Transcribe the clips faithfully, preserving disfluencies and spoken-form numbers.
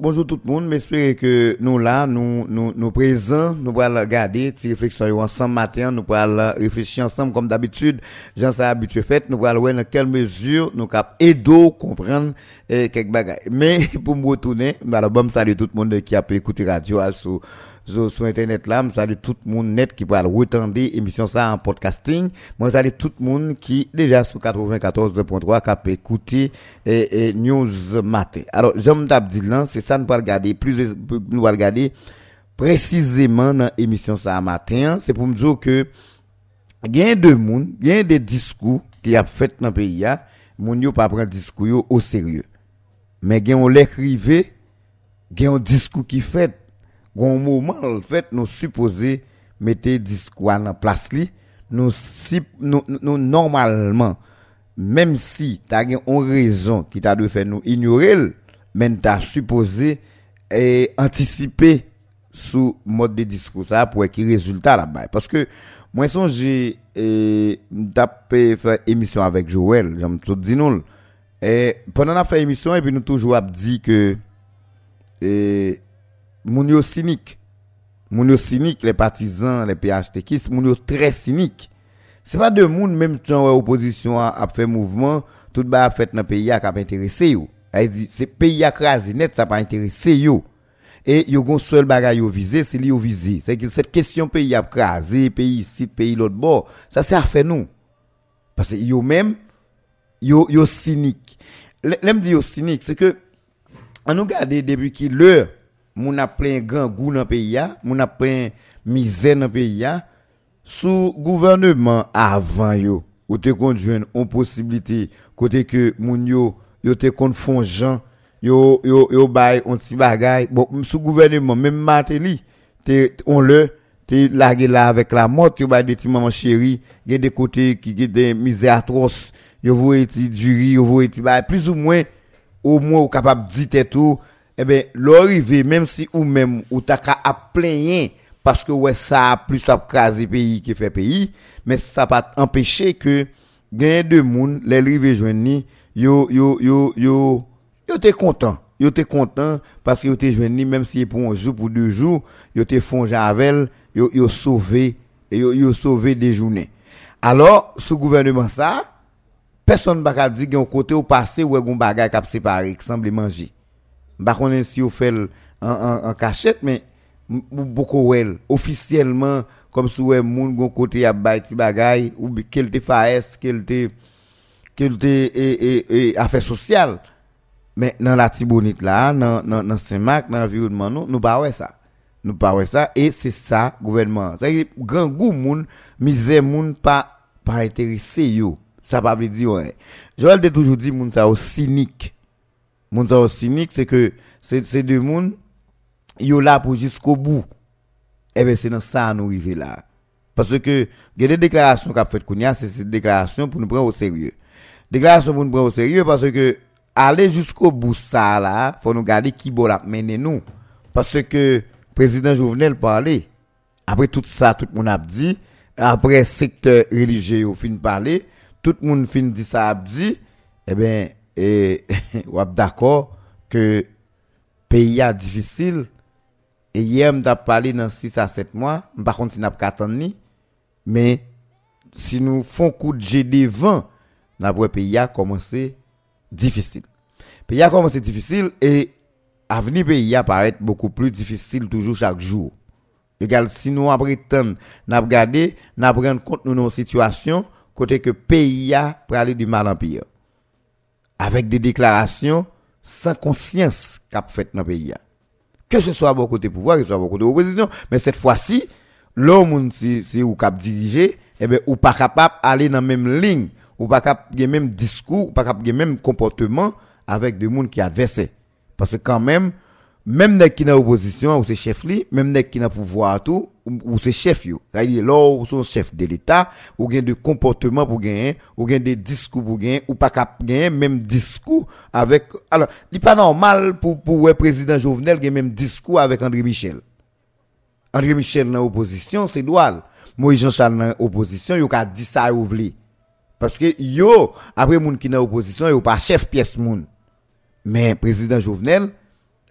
bonjour tout le monde. J'espère que nous là, nous, nous, nous présents, nous allons regarder, ces réflexions ensemble matin, nous allons réfléchir ensemble comme d'habitude. J'en sais habitué fait, nous allons voir dans quelle mesure nous cap aider comprendre eh, quelques bagages. Mais pour me retourner, alors bon, salut tout le monde qui a pu écouter radio sur sur, sur internet là, salut tout le monde net qui va retendre émission ça en podcasting. Moi salut tout le monde qui déjà sur quatre-vingt-quatorze point trois qui a pu écouter et, et news matin. Alors j'aime t'a dit là, c'est ça nous va regarder plus nous va regarder précisément dans émission ça matin, c'est pour me dire que gain de monde, gain des discours qui a fait dans pays là, moun yo pas prendre discours yo au sérieux. Mais gain on l'écrivait, gain un discours qui fait gon moment en fait nous supposé mettre discours en place li nous si nous, nous normalement même si tu as une raison qui t'a de faire nous ignorer mais t'as supposé eh, anticiper sous mode de discours ça pour qu'il résultat là-bas parce que moi songe j'ai eh, tapé faire émission avec Joël j'aime tout dire nous et pendant la fait émission et puis nous toujours a dit que eh, moun yo cynique moun yo cynique les partisans les P H T K moun yo très cynique c'est pas de moun même temps opposition a, a fait mouvement tout ba a fait dans pays a pas intéressé yo elle dit c'est pays a crasé net ça pas intéressé yo et yo gon seul bagay yo visé c'est li yo visé c'est que cette question pays a crasé pays ici pays l'autre bord ça c'est à faire nous parce que yo même yo yo cynique l'aime dit yo cynique c'est que on nous garder depuis qui l'heure moun a plein grand goût dans pays a moun a plein misère dans pays a sous gouvernement avant yo ou te conjoindre on possibilité côté que moun yo yo te confond gens yo yo yo bay on ti bagay bon sous gouvernement même Martelly te on le te largué là avec la mort yo bay des ti maman chérie il des côtés qui des misère atroce yo voye ti jury yo voye ti bay plus ou moins au moins ou capable dire tout eh ben l'arrivée même si ou même ou ta ka a plaigner parce que ouais ça a plus à craser pays qui fait pays mais ça pas empêcher que gain de monde les river joindre yo yo yo yo yo t'es content yo t'es content parce que yo t'es joindre même si pour un jour pour deux jours yo t'es fond javel yo yo sauvé et yo yo sauvé des journées alors ce gouvernement ça personne va ka dire un côté au passé ou un bagage qui séparé qui semble manger ba connait si on fait en en, en cachette mais beaucoup well officiellement comme si ouais moun gon côté a bay ti bagay ou quel te faes quel te quel te et et et affaires sociales mais dans la Tibonite là dans dans dans Saint-Marc dans environnement nous nous pas ouais ça nous pas ouais ça et c'est ça gouvernement c'est grand goût moun misère moun pas pas intéressé yo ça pas veut dire ouais Joël de toujours dit moun ça au cynique moun ça au cynique c'est que c'est c'est deux moun yo là pour jusqu'au bout et ben c'est dans ça nous arriver là parce que il y a des déclarations qu'a fait Kounia c'est ces déclarations pour nous prendre au sérieux déclaration pour nous prendre au sérieux parce que aller jusqu'au bout ça là faut nous garder qui bon la mener nous parce que président Jovenel parlait après tout ça tout le monde a dit après secteur religieux au fin parler tout le monde fin dit ça a dit eh ben et ou d'accord que pays a difficile et hier m'ta parlé dans six à sept mois par contre si n'a pas attendre ni mais si nous font coup de jet devant n'a pas pays a commencé difficile pays a commencé difficile et avenir pays a paraît beaucoup plus difficile toujours chaque jour égal si nous après temps n'a regarder n'a prendre compte nous nos situations côté que pays a pour aller du mal en pire avec des déclarations sans conscience qu'a fait dans pays a que ce soit bon côté pouvoir que ce soit bon côté opposition mais cette fois-ci l'homme c'est c'est ou cap diriger et ben ou pas capable aller dans même ligne ou pas capable même discours ou pas capable même comportement avec des monde qui adversaient parce que quand même même nèg qui dans opposition ou c'est chef li même nèg qui dans pouvoir tout ou c'est chef yo c'est-à-dire là ou son chef de l'état ou gain de comportement pour gagner ou gain de discours pour gagner ou pas cap gagner même discours avec alors il pas normal pour pour ouais président Jovenel gagner même discours avec André Michel André Michel dans opposition c'est droit Moïse Jean-Charles dans opposition yo ka dit ça ou vle parce que yo après moun qui dans opposition yo pas chef pièce moun mais président Jovenel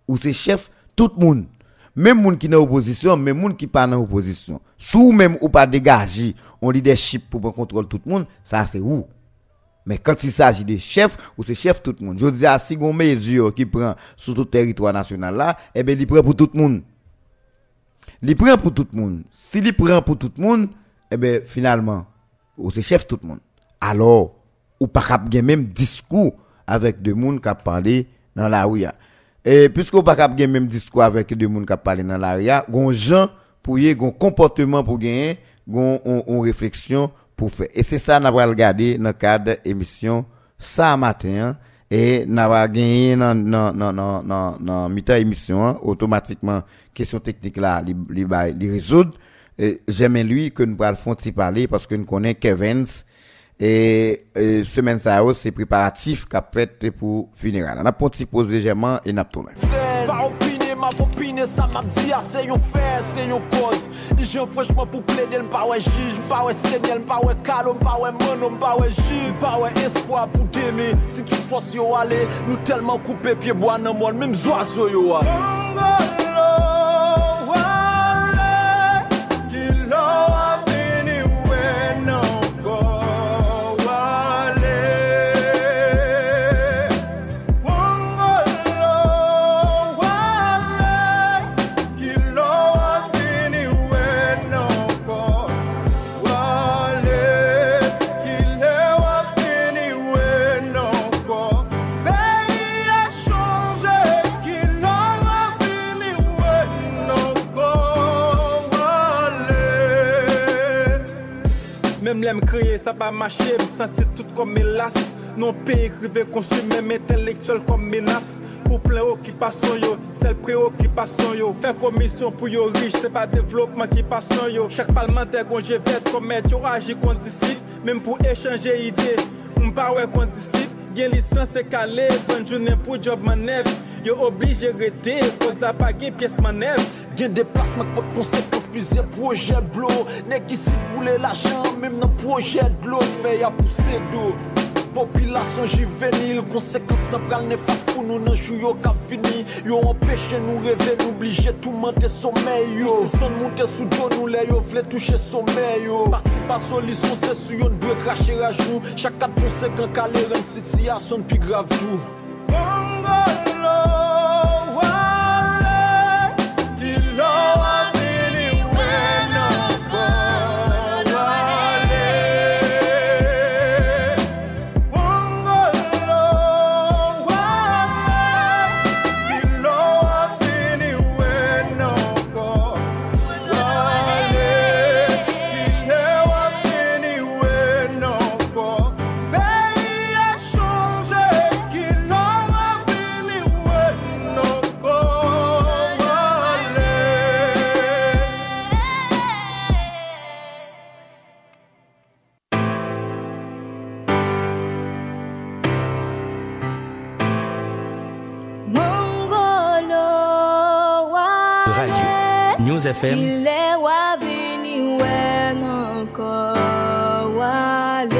ou c'est chef tout le monde. Même moun qui dans opposition, même moun qui pas dans opposition. Sous même ou pas dégager un leadership pour prendre contrôle tout le monde, ça c'est où. Mais quand il s'agit de chef ou c'est chef tout le monde. Je dis à si gon mesure qui prend sur tout territoire national là, eh ben il prend pour tout le monde. Il prend pour tout le monde. Si il prend pour tout le monde, eh ben finalement ou c'est chef tout le monde. Alors ou pas cap gen même discours avec deux monde qui parler dans la rue. Et puisque ou pas cap gen même discours avec deux monde qui parler dans la rue, gon gens pour y gon comportement pour gagner, gon on, on réflexion pour faire. Et c'est ça n'a va regarder dans cadre émission ça matin et n'a va gagner dans dans dans dans dans dans mi-temps émission automatiquement question technique là li li li résoudre. J'aime lui que nous parlons font parler parce que nous connaît Kevins et, et semaine ça c'est préparatif qu'a fait pour funérailles. On a petit pause légèrement et n'a tourné. Pas opiner, ma opiner, ça m'a dit c'est une fait, c'est une cause. J'ai franchement pour plaider, pas ouais juge, pas ouais seigneur, pas ouais calme, pas ouais mon pas ouais juge, pas ouais espoir pour t'aimer. Si tu forces yo aller, nous tellement couper pied bois dans monde, même oiseaux yo. Même l'aime créer, ça pas marcher, me sentir tout comme hélas. Non pays écrivé conçu, même intellectuel comme menace. Pour plein occupation yo, celle préoccupation yo. Faire commission pour yo riche, c'est pas développement qui passion yo. Chaque parlementaire qu'on je vais commettre, yo agit qu'on disciple. Même pour échanger idées, on pas ouais qu'on disciple. Gen licence c'est calé, vingt journées pour job manœuvre. Yo obligé rester, cause la pas gen pièce manœuvre. Gen déplacement pour conséquences, plusieurs projets blo. Nèg qui si boule l'argent, même dans projet de l'eau, fait ya pousser d'eau. Population juvénile, conséquences n'a pral néfaste pour nous, nan jou yo ka fini. Yo empêché nous rêver, nous obligé tout monter sommeil yo. Système monter sous dos nous les yo vle toucher sommeil yo. Participation solution c'est sur yon doit cracher à genoux. Chaque cas conséquent calé rend situation plus grave tout. News F M. Il est wa vini wen encore wale.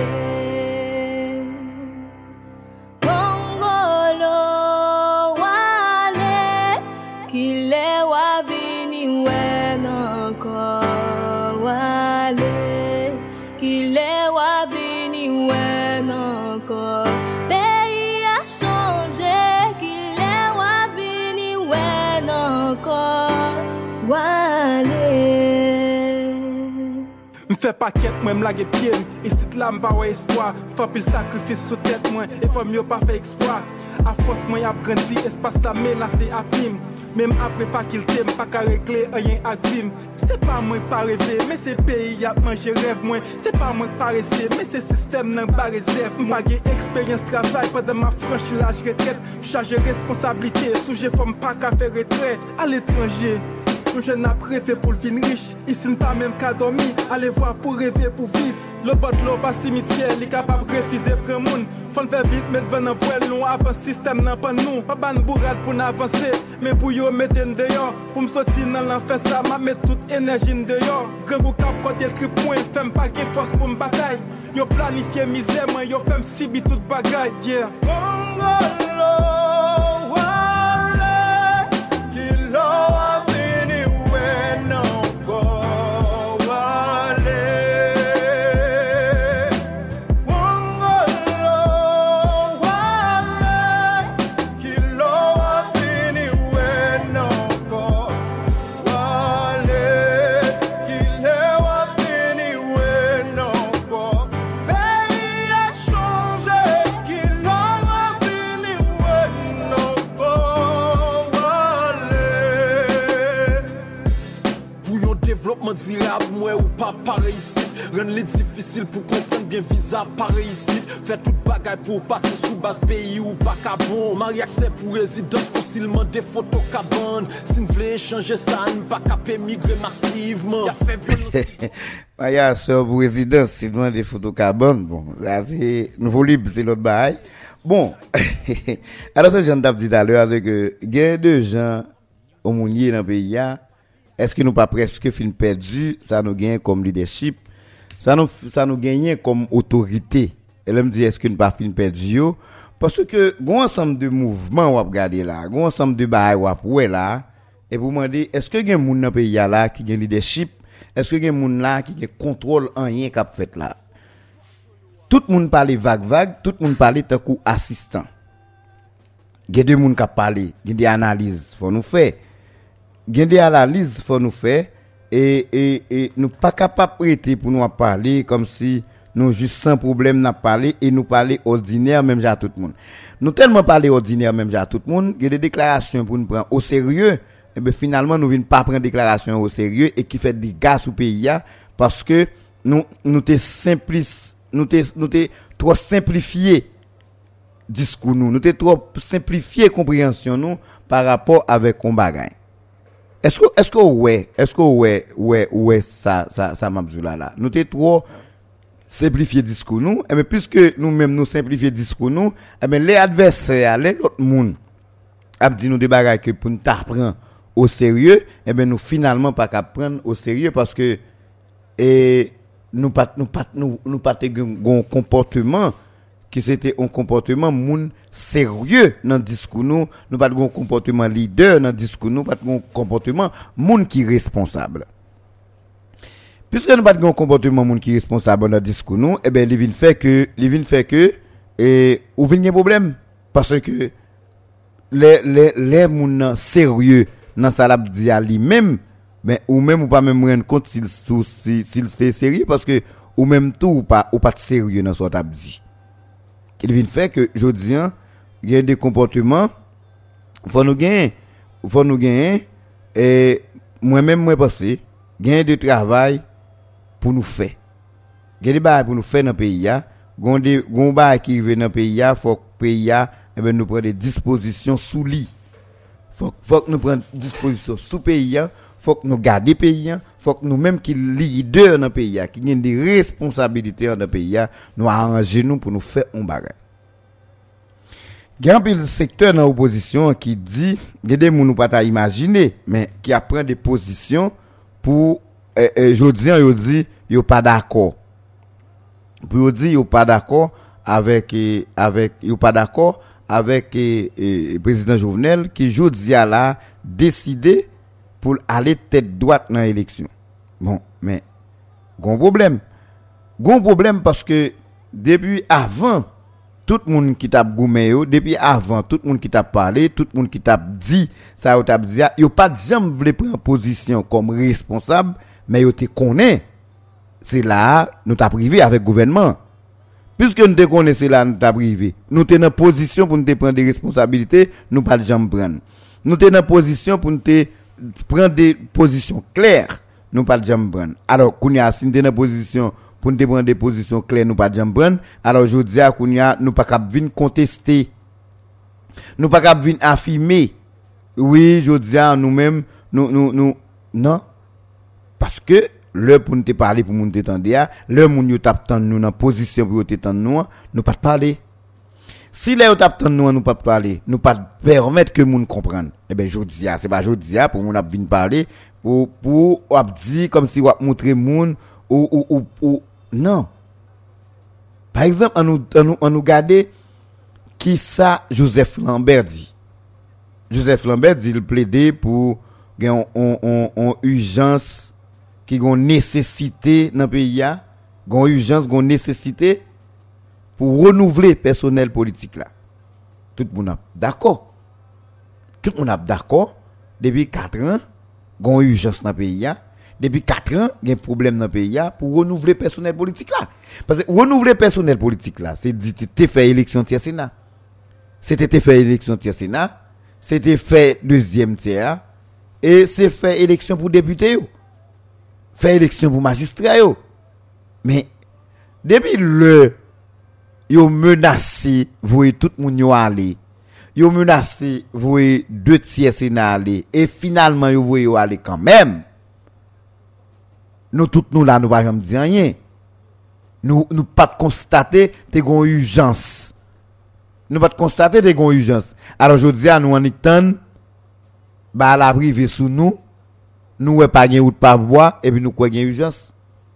Mongolo wale. Qu'il est wa vini wen encore wale. Qu'il est wa vini wen encore. Pays a changé. Qu'il est wa vini wen encore. M'fais paquet moi m'lage pied et si là m'pa ouais espoir faut pile sacrifice sous tête moi et faut mieux pas faire exploit à force moi y a grandi espace la menacé à film même après faculté m'pas ka régler rien à vim c'est pas moi pas rêver mais c'est pays y a manger rêve moi c'est pas moi pas rester mais c'est système nan pas réserve m'pa gain expérience travail pendant ma franchi l'âge retraite charger responsabilité sujet faut m'pas ka faire retraite à l'étranger. Je n'ai pas rêvé pour le fin riche. Ici, n'est pas même qu'à dormir. Allez voir pour rêver, pour vivre. Le bot de l'eau, pas cimetière. Il est capable de refuser pour le monde. Faut faire vite, mettre venant voile nous. Avant le système n'a pas nous. Pas ban bourrade pour nous avancer. Mais pour yo mettre en dehors. Pour me sortir dans l'enfer, ça m'a mettre toute énergie en dehors. Grand ou cap, quand il crie point. Femme pas de force pour me bataille. Yo planifié misère, moi. Yo femme subit toute bagaille. Yeah. Congolo, wale. développement durable, moi ou pas pareil ici. Rendre les difficile pour comprendre bien visa pareil ici. Faire toute bagaille pour partir sous base pays ou pas cabon. Mariage c'est pour résidence, facilement des photos cabane. Si nous voulons échanger ça, nous pas capé migrer massivement. Y'a fait violence. Mariage c'est pour résidence, c'est loin des photos cabane. Bon, ça c'est nouveau libre, c'est l'autre bail. Bon, alors ça j'en t'ai dit tout à l'heure, c'est que il y a deux gens au monde dans le pays. Est-ce que nous pas presque fin perdu, ça nous gagne comme leadership, ça nous ça nous gagne comme autorité. Et là me dit est-ce que nous pas fin perdu parce que gon ensemble de mouvements on va regarder là, gon ensemble de bail on va ouais là et vous demander est-ce que gagne monde dans pays là qui gagne leadership, est-ce que gagne monde là qui gagne contrôle en rien qu'a fait là. Tout le monde parle vague vague, tout le monde parle tant coup assistant. Il y a deux monde qui parlent, il y a des analyses faut nous faire. Il y a des analyses faut nous faire et et et nous pas capable prêter pour nous parler comme si nous juste sans problème n'a parler et nous parler ordinaire même à tout le monde. Nous tellement parler ordinaire même à tout le monde, il y a des déclarations pour nous prendre au sérieux et ben finalement nous venons pas prendre déclaration au sérieux et qui fait des gars sous pays parce que nous nous t'es simplice nous t'es nous t'es trop simplifié discours nous, nous t'es trop simplifié compréhension nous par rapport avec on bagaille. Est-ce que est-ce que ouais, est-ce que ouais ouais ouais ça ça ça m'abzoula là. Nous t'es trop simplifier discours nous et mais puisque nous même nous simplifier discours nous et ben les adversaires les autres monde a dit nous des bagages que pour nous t'apprendre au sérieux et ben nous finalement pas qu'à prendre au sérieux parce que et nous pas nous pas nous nous pas un comportement qui c'était un comportement moun sérieux dans discours nous nous pas un comportement leader dans discours nous pas un comportement moun qui responsable. Puisque nous pas un comportement moun qui responsable dans discours nous et ben il vient fait que il vient fait que et ou vient problème parce que les les les moun sérieux dans ça l'a dit à lui-même mais ou même ou pas même rendre compte s'il s'il s'il sérieux parce que ou même tout ou pas ou pas sérieux dans ce qu'on t'a dit. Il vient fait que jodi an il y a des comportements faut nous gagner faut nous gagner et moi même moi penser gagner de travail pour nous faire gagner des bail pour nous faire dans pays ya gon des gon bail qui veut dans pays ya faut pays ya et ben nous prendre des dispositions sous lit faut faut que nous prendre dispositions sous pays ya faut que nous garder pays ya faut que nous même qui leader dans pays ya qui gagne des responsabilités dans pays ya nous arranger nous pour nous faire un bagage. Il y a un peu secteur dans l'opposition qui dit il y a des gens nous pas imaginer mais qui apprend des positions pour euh, euh, jodi an yo dit yo pas d'accord pour yo dit yo pas d'accord avec euh, avec yo pas d'accord avec euh, euh, président Jovenel qui jodi a là décidé pour aller tête droite dans l'élection. Bon, mais gon problème. Gon problème parce que depuis avant tout le monde qui t'a goumé yo, depuis avant tout le monde qui t'a parlé, tout le monde qui t'a dit ça ou t'a dit yo pas jamais voulu prendre position comme responsable, mais yo te connaît. C'est là nous t'a privé avec gouvernement. Puisque nous te connaissons là nous t'a privé. Nous te dans position pour nous te prendre des responsabilités, nous pas jamais prendre. Nous te dans position pour nous te prendre des positions claires, nous pas jamais prendre. Alors kounya si nous te dans position pour nous prendre des positions claires, nous pas jamais prendre. Alors je dis à kounya nous pas cap venir contester. Nous pas cap venir affirmer. Oui, je dis à nous-mêmes nous nous nous non parce que le pour nous te parler pour nous t'entendre, le moun yo t'a tande nous dans position pour t'entendre nous, nous pas parler. Si les autres attendent nous nous pas parler, nous pas permettre que moun comprenne. Eh ben jodi a, c'est pas jodi a pour moun a venir parler pour pour ou dire comme si ou montrer moun ou ou ou, ou non. Par exemple, on nous on nous, on nous garder qui ça Joseph Lambert dit. Joseph Lambert dit il plaider pour on on on, on urgence qui gon nécessité dans pays a, gon urgence, gon nécessité pour renouveler personnel politique là. Tout le monde d'accord. Tout le monde d'accord depuis quatre ans, gon urgence dans pays a. Depuis quatre ans, il y a un problème dans le pays pour renouveler personnel politique là. Parce que renouveler personnel politique là, c'est dit tu fait élection tiers Sénat. C'était fait élection tiers Sénat, c'était fait deuxième tiers et c'est fait élection pour député yo. faire élection pour magistrat yo. Mais depuis le yo menacé voyer tout moun yo aller. Yo menacé voyer deux tiers sénat aller et finalement yo voyer yo aller quand même. Nous tous nous là nous pas jamais dire rien. Nous nous pas constater te gon urgence. Nous pas constater te gon urgence. Alors je dis à nous en étant ba la privé sous nous, nous ouais pas gain route pas bois et puis nous quoi gain urgence.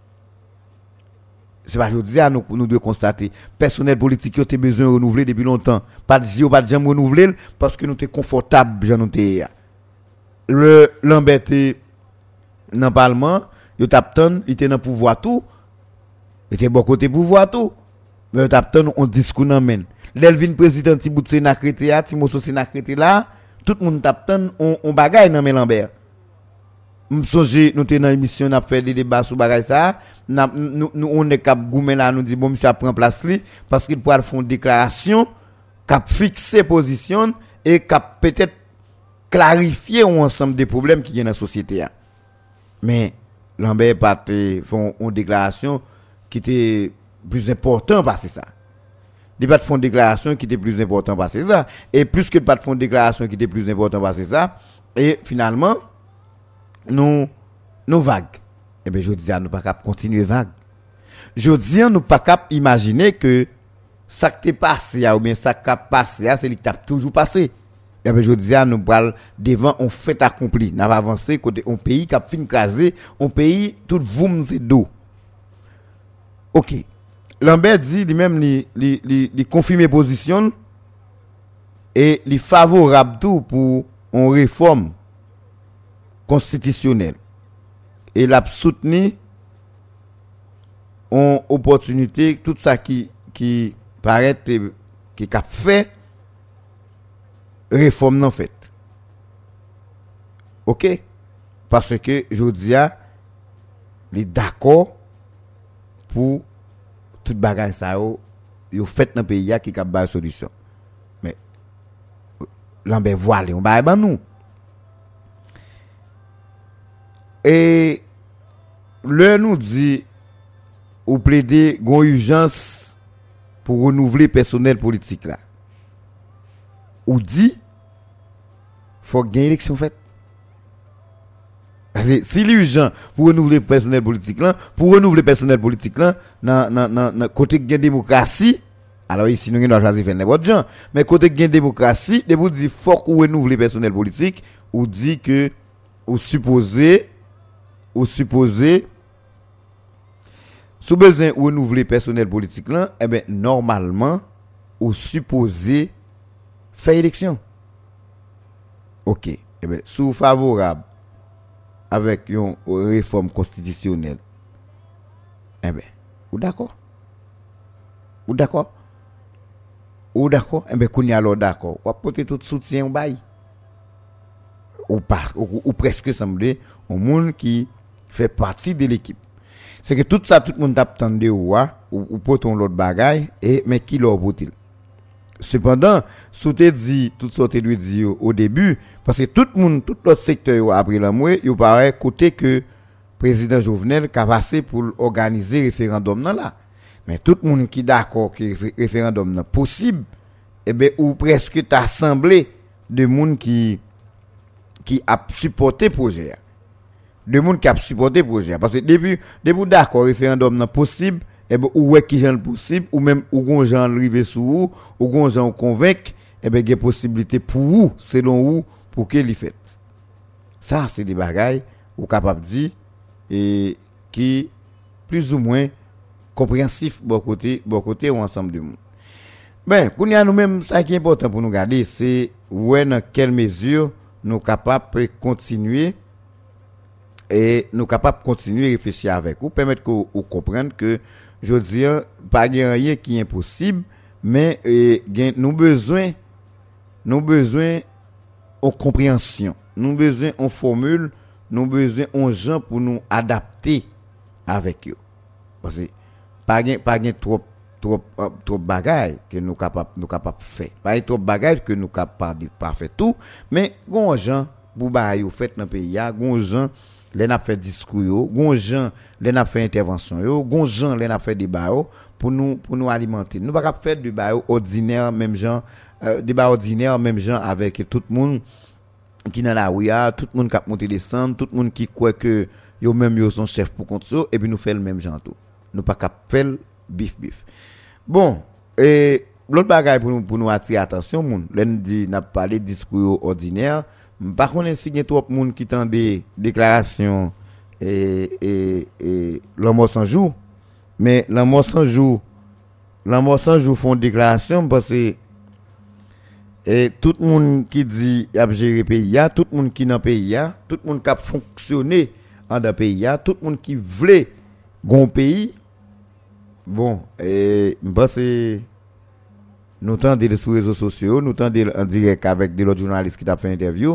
C'est pas je dis à nous nous devons constater personnel politique qui a besoin de renouveler depuis longtemps. Pas de jio pas de jamais renouveler parce que nous t'es confortable j'en nous t'es. Le l'embêté dans parlement, yo tapton, il était dans pouvoir tout. Il était bon côté pouvoir tout. Mais yo tapton on discours nan men. L'Elvin président ti bout sénat crété a, ti moso sénat crété là, tout le monde tapton on on bagaille nan men Lambert. M'songe nous t'es dans émission n'a fait des débats sur bagaille ça, nous nous on est cap goumen là nous dit bon monsieur prend place li parce qu'il pourra faire une déclaration cap fixer position et cap peut-être clarifier un ensemble de problèmes qui y a dans la société. Mais Lambert pas font une déclaration qui était plus important parce que ça. Il pas font une déclaration qui était plus important parce que ça et plus que pas font une déclaration qui était plus important parce que ça et finalement nous nous vagues. Eh ben je dis à nous pas cap continuer vague. Je dis à nous pas cap imaginer que ça qui est passé ou bien ça qui a passé c'est l'état toujours passé. Eh ben je dis à nous pral devant on fait accompli, n'a pas avancé côté un pays qui a fin craser, un pays tout voum c'est d'eau. OK. Lambert dit lui-même li li li, li confirmer position et li favorable tout pour une réforme constitutionnelle. Et l'a soutenu en opportunité tout ça qui qui paraît qui a fait réforme non fait. OK? Parce que je dis à les d'accord pour toute bagaille ça yo fait dans pays qui a ba solution. Mais Lambert voilé on ba ban nous. Et le nous dit ou plaider gon urgence pour renouveler personnel politique là. Ou dit faut gagner élection faite. Parce que si l'urgent pour renouveler personnel politique là, pour renouveler personnel politique là dans dans dans côté gain démocratie, alors ici nous doit choisir faire n'importe gens, mais côté gain démocratie, de vous dit faut qu'on renouveler personnel politique ou dit que ou supposé ou supposé sous besoin ou renouveler personnel politique là, eh ben normalement ou supposé faire élection. OK. Eh ben sous favorable avec une réforme constitutionnelle. Eh ben ou d'accord? Ou d'accord? Ou d'accord? Eh ben qu'on y alors d'accord. Ou apporter tout soutien au bail. Ou pas ou, ou presque semblé au monde qui fait partie de l'équipe. C'est que tout ça tout le monde t'attendait ou ou, ou poton l'autre bagaille et mais qui leur vaut-il? Cependant, sous te dit tout ça te lui dit au début parce que tout le monde tout l'autre secteur après la mois, il paraît côté que président Jovenel a passé pour organiser référendum là. Mais tout le monde qui d'accord que référendum là possible et ben ou presque t'assemblé de monde qui qui a supporté projet. De monde qui a supporté projet parce que depuis depuis d'accord référendum non possible et ben ou est qui gens possible ou même ou gon gens arriver sous ou ou gon gens convaincre et ben il y a possibilité pour vous selon vous pour que li fait. Ça c'est des bagailles ou capable dire et qui plus ou moins compréhensif bon côté bon côté ou ensemble de monde. Ben qu'on y a nous même ça qui est important pour nous garder c'est ouais dans quelle mesure nous capables continuer et nous capables continuer réfléchir avec vous permettre que vous comprendre que je dis pas rien qui est impossible mais eh, nous besoin nous besoin en compréhension nous besoin en formule nous besoin en gens pour nous adapter avec eux parce que pas pas trop trop trop bagaille que nous capable nous capable faire pas trop bagaille que nous capable pas faire tout mais gon gens pour ba yo fait dans pays ya gon gens les n'a fait discours yo, gon gens les n'a fait intervention yo, gon gens les n'a fait débat yo pour nous pour nous alimenter. Nous pas faire débat ordinaire même gens euh, débat ordinaire même gens avec tout le monde qui dans la rue, tout le monde qui a monté descendre, tout le monde qui croit que yo même yo son chef pour compte ça et puis nous fait le même genre tout. Nous pas cap faire bif bif. Bon, et l'autre bagaille pour nous pour nous attirer attention moun, l'en dit n'a parlé discours ordinaire, par contre si gen trop moun qui tend des déclarations et et et l'amour sans jour, mais l'amour sans jour, l'amour sans jour font déclaration parce que et tout le monde qui dit y a gérer pays a, tout le monde qui dans pays a, tout le monde qui a fonctionné en dans pays a, tout le monde qui veut gon pays. Bon, et pense nous tendez sur les réseaux sociaux, nous tendez en direct avec des autres journalistes qui t'a fait interview.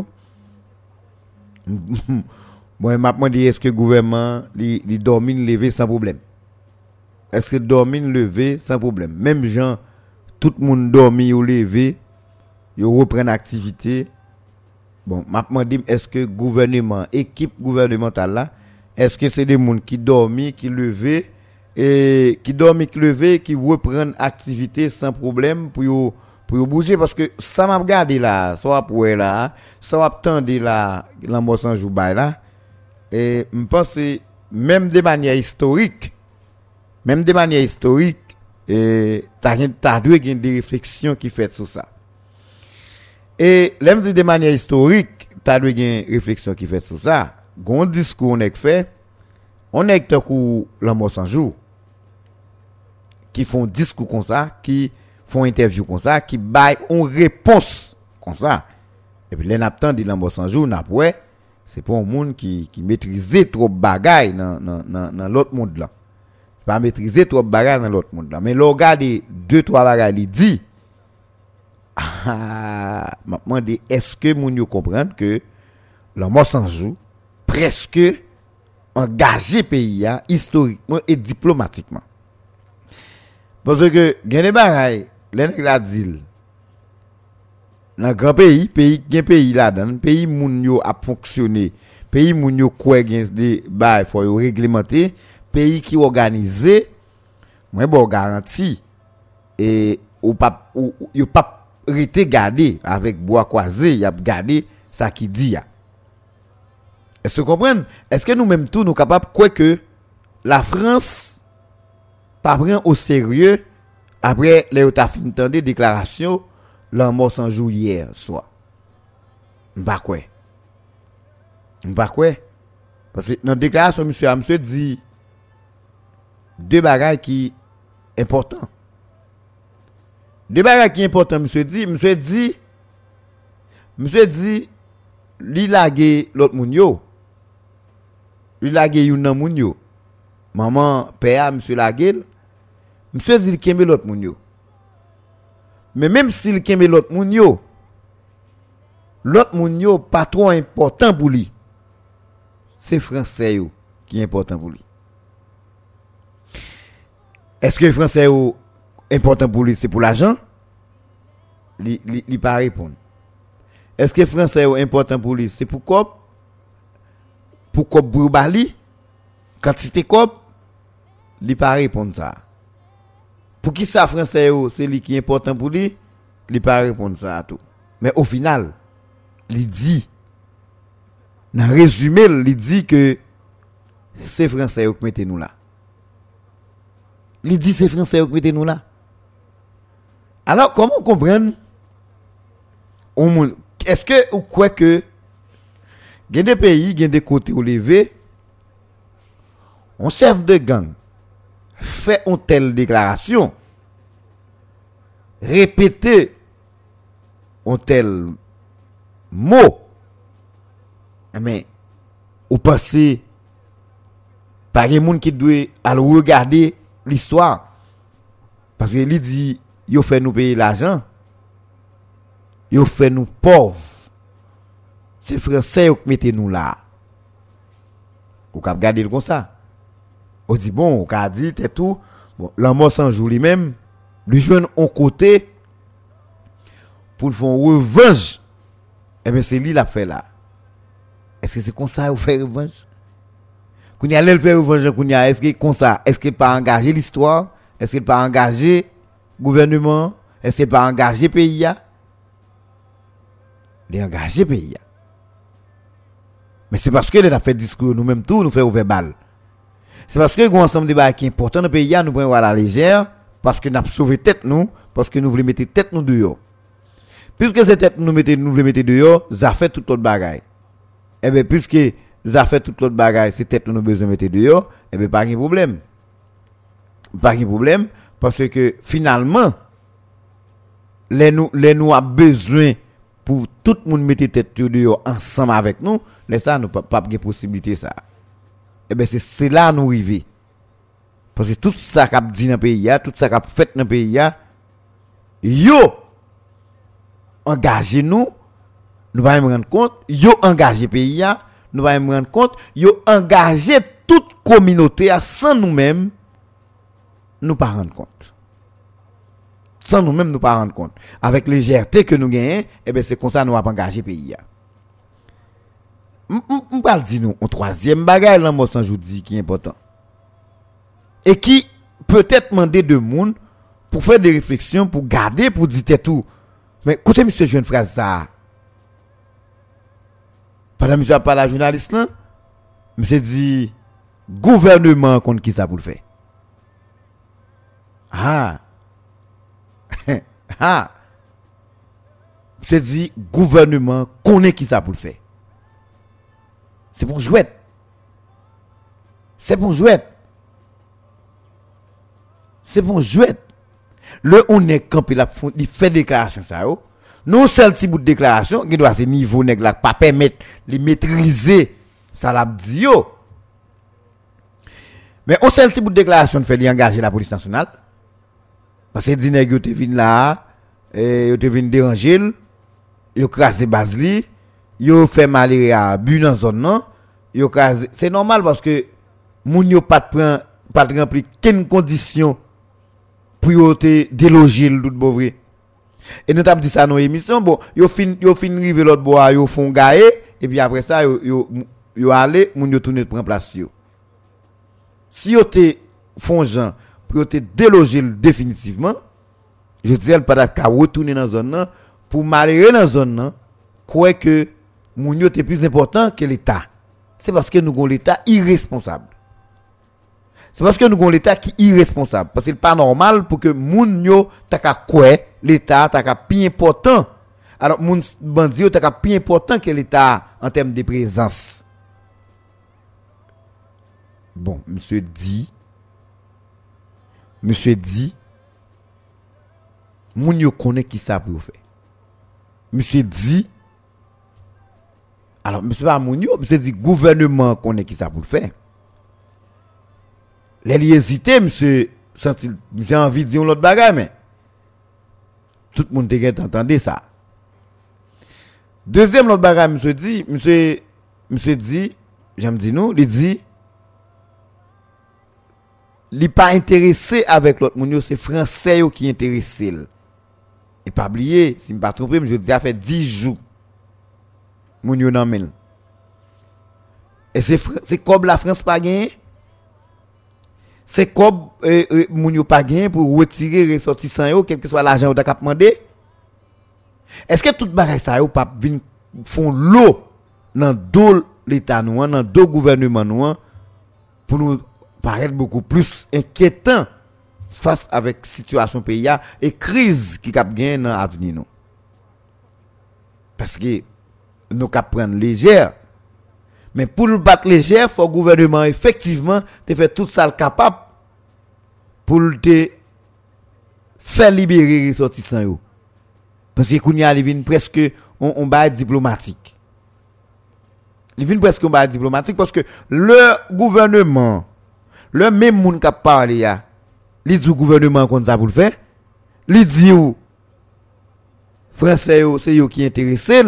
Moi m'a demandé est-ce que le gouvernement li, li domine lever sans problème. Est-ce que domine lever sans problème. Même gens tout le monde dormi ou lever yo reprennent activité. Bon, m'a demandé est-ce que gouvernement, équipe gouvernementale là, est-ce que c'est des monde qui dormi, qui levé et qui dormi, qui levé, qui reprennent activité sans problème pour yo, pour yo bouger parce que ça m'a regardé là, ça va pour là, ça va attendre là, la mort sans jour bail là et me pense même de manière historique, même de manière historique et t'as t'as dû gagner des réflexions qui fait sur ça. Et l'aime dit de manière historique, t'as dû gagner réflexion qui fait sur ça. Gon discours on est fait, on est que coup la mort sans jour qui font discours comme ça, qui font interview comme ça, qui baillent une réponse comme ça. Et puis les n'attend de la mort sans jour n'a ouais, c'est pas un monde qui qui maîtriser trop bagaille dans dans dans dans l'autre monde là. Pas maîtriser trop bagaille dans l'autre monde là, mais le regarder deux trois bagaille il dit ah, m'a demandé est-ce que moun yo comprendre que la mort sans jour presque engagé pays a historiquement et diplomatiquement. Parce que gen des bagaille, les nèg la dit dans grand pays, pays gen pays là-dedans, pays moun yo a fonctionner, pays moun yo quoi gen des bail faut yo réglementer, pays qui organisé, moi bon garantie et ou pas ou yo pas rete garder avec bois croisé, y a garder ça qui dit ya. Est-ce que vous comprenez? Est-ce que nous-mêmes tous nous capables quoi que la France pas prend au sérieux après les autres fin tande déclaration la mort sans jour hier soir. M'pas quoi. M'pas quoi. Parce que dans déclaration monsieur monsieur dit deux bagages qui important. Deux bagages qui important monsieur dit, monsieur dit monsieur dit li lage l'autre moun yo. Li lage yon nan moun yo. Maman père monsieur lage, monsieur dit kembe l'autre moun yo. Mais même s'il kembe l'autre moun yo, l'autre moun yo pas trop important pour lui. C'est français yo qui est important pour lui. Est-ce que français yo important pour lui c'est pour l'argent? Li li, li pas répondre. Est-ce que français est important pour lui? C'est pour quoi? Pour quoi pour Bali? Quantité quoi? Il pas répondre ça. Pour qui ça français c'est lui qui est important pour lui? Il pas répondre ça à tout. Mais au final, il dit dans résumé, il dit que c'est français qui mettez nous là. Il dit c'est français qui mettez nous là. Alors comment comprendre on est-ce que ou quoi que il y a des pays, il y a des côtés où levé un chef de gang fait une telle déclaration répéter un tel mot mais ou pensez par les monde qui doit aller regarder l'histoire parce que il dit il fait nous payer l'argent. Yo fait nous pauvres. C'est français qui mettez nous là. Ou cap garder comme ça. On dit bon, on a dit t'es tout. Bon, l'amour sans jour lui-même, lui joindre un côté pour faire revanche. Eh bien c'est lui l'a fait là. Est-ce que c'est comme ça vous fait revanche? Qu'on y a le faire revanche qu'on y a est-ce que comme ça, est-ce qu'il pas engager l'histoire, est-ce qu'il pas engager gouvernement, est-ce qu'il pas engager pays a? Les engager pays a. Mais c'est parce que les a fait discours nous même tout nous fait ouvert balle. C'est parce que un ensemble de débat qui est important dans le pays nous prenons à la légère parce que nous avons sauvé tête nous parce que nous voulons mettre tête nous dehors. Puisque cette tête nous mettez nous voulons mettre dehors, ça fait toute autre bagaille. Eh ben puisque ça fait toute l'autre bagaille, c'est tête nous besoin mettre dehors, et bien pas de problème. Pas de problème parce que finalement les nous les nous a besoin pour tout le monde mettre tête dehors ensemble avec nous, les ça nous pas pas de possibilité ça. Et bien c'est c'est là nous arriver. Parce que tout ça qu'a dit dans le pays, tout ça qu'a fait dans le pays, yo engagez nous, nous va me rendre compte, yo engagé pays, nous va me rendre compte, yo engagé toute communauté sans nous-mêmes, nous pas rendre compte. Sans nous-mêmes, nous pas rendre compte. Avec légèreté que nous gagnons, eh ben c'est comme ça nous va engager pays. On va dire nous, un troisième bagage là, moi sans je dis qui est important. Et qui peut-être demander de monde pour faire des réflexions, pour garder, pour dire tout. Mais écoutez, monsieur, jeune phrase ça. Pendant monsieur a parlé à la journaliste là, monsieur dit gouvernement contre qui ça pour le faire. Ah. ah. Monsieur dit gouvernement connaît qui ça pour le faire. C'est bon jouet. C'est bon jouet. C'est bon jouet. Le on est campé là il fait déclaration ça yo. Non seul petit bout de déclaration qui doit ce niveau nèg là pas permettre de maîtriser ça l'a dit yo. Mais on seul petit bout de déclaration fait li engager la police nationale. Parce que dit nèg yo te vinn là et yo te vinn déranger, yo craser base li, yo fait malheur à bu dans zone non, yo craser. C'est normal parce que moun yo pas prend pas rempli aucune condition pour te déloger le tout beau vrai. Et nous t'avons dit ça dans l'émission, bon, yo fin yo fin rive l'autre bois, yo font gaé et puis après ça yo yo yo aller moun yo tourner prendre place yo. Si yo te font gens pour te déloger définitivement, je dis elle pas qu'à retourner dans zone là pour malheureux dans zone là, quoi que moun yo te plus important que l'état. C'est parce que nous avons l'état irresponsable. C'est parce que nous avons l'état qui est irresponsable. Parce que c'est pas normal pour que moun yo ta ka quoi l'état ta ka plus important. Alors moun bandi yo ta ka plus important que l'état en termes de présence. Bon, monsieur dit monsieur dit moun yo connaît qui ça pour faire. Monsieur dit alors monsieur pas moun yo, monsieur dit gouvernement connaît qui ça pour faire. Les hésiter monsieur senti j'ai envie de dire l'autre bagarre mais tout le monde te entendait ça. Deuxième l'autre bagarre monsieur dit monsieur monsieur dit j'aime dire nous il dit il pas intéressé avec l'autre monde c'est français qui intéressé et pas oublier si me pas trompé je dis a fait dix jours moun yo nan men et c'est c'est comme la France pas gagné. C'est comme euh, euh, moun yo pas gain pour retirer ressortissant yo quel que soit l'argent ou ta cap mandé. Est-ce que toute bagaille ça yo pas vinn font l'eau dans dos l'état nous dans dos gouvernement nous pour nous paraître beaucoup plus inquiétant face avec situation pays et crise qui cap gain dans avenir nous. Parce que nous cap prendre légère. Mais pour le battre légère, faut gouvernement effectivement te fait tout ça capable pour te faire libérer les ressortissants yo. Parce que kounya li vinn presque on on bail diplomatique. Li vinn presque on bail diplomatique parce que le gouvernement le même moun qui parle ya, li dit gouvernement comme ça pour le faire, li dit ou français yo c'est yo qui intéressé.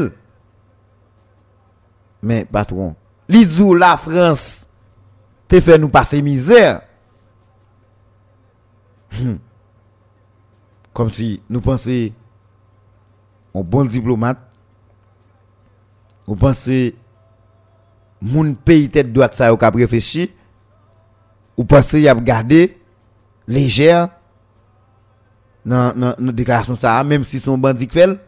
Mais patron li dit la France te fait nous passer misère. Comme si nous pensions un bon diplomate, nous pensions moun pays tête droite ça au cap réfléchi, ou pensez y a gardé légère dans dans dans déclaration ça même si son bandit fait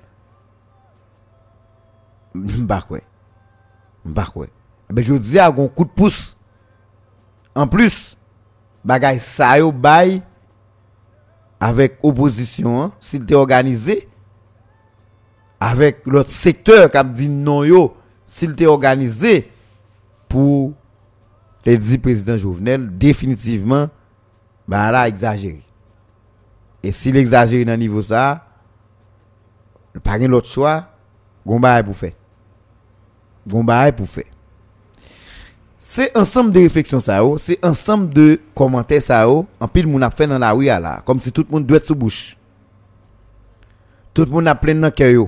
m'pas quoi m'pas quoi ben je dis à un coup de pouce en plus bagay ça yo bay avec opposition hein, s'il était organisé avec l'autre secteur qui a dit non yo s'il était organisé pour les dix président Jovenel définitivement bah là exagéré et s'il exagère dans niveau ça pas rien l'autre choix gon bail pour faire gon bail pour faire c'est ensemble de réflexions ça c'est ensemble de commentaires ça en pile moun a fait dans la rue là comme si tout le monde doit être sous bouche tout le monde a plein dans cœur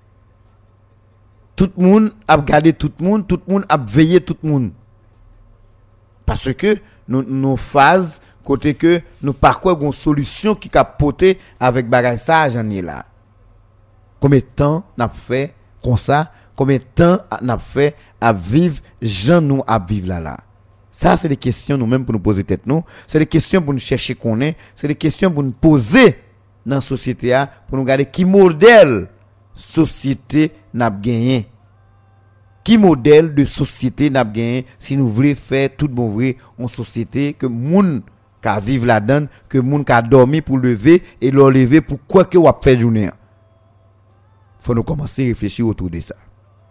tout le monde a regardé tout le monde tout le monde a veillé tout le monde parce que nous nos phases côté que nous parcours une solution qui capoter avec bagay ça j'en ai là combien de temps n'a fait comme ça combien de temps n'a fait à vivre gens nous à vivre là là ça c'est des questions nous même pour nous poser tête nous c'est des questions pour nous chercher qu'on est c'est des questions pour nous poser dans la société a pour nous regarder qui modèle société n'a gagné qui modèle de société n'a gagné si nous voulons faire tout bon vrai en société que moun ka vivre là-dedans que moun ka dormi pour lever et leur lever pour quoi que ou a faire journée faut nous commencer à réfléchir autour de ça.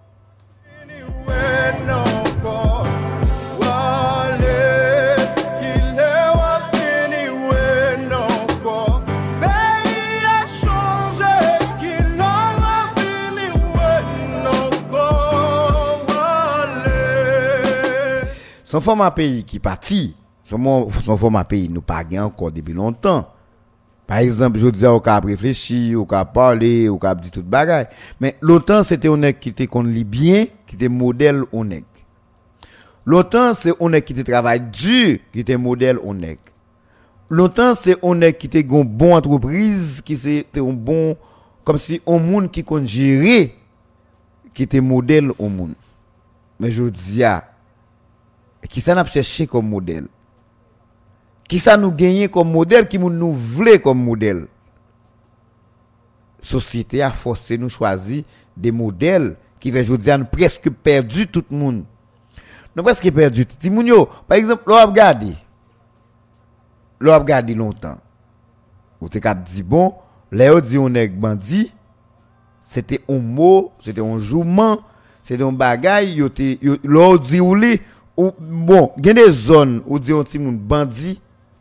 Son format pays qui parti, son, son format pays nous pas gagné encore depuis longtemps. Par exemple, je disais au cas réfléchir, au cas parler, au cas dire toute bagaille. Mais l'OTAN c'était on est qui était qu'on lit bien, qui était modèle on est. L'OTAN c'est on est qui était travail dur, qui était modèle on est. L'OTAN c'est on est qui était une bonne entreprise, qui c'était un bon comme si on monde qui qu'on gérer qui était modèle au monde. Mais je dis ah qui ça n'a cherché comme modèle qui ça nous gagner comme modèle qui nous voulait comme modèle société a forcé nous choisir des modèles qui veut dire nous presque perdu tout le monde nous presque perdu ti moun yo par exemple l'on regarder l'on regarder longtemps ou te cap dit bon les dit on est bandit c'était un mot c'était un jouement c'était un bagaille yo te l'on dit ou li ou bon il y a des zones où dit on ti moun bandit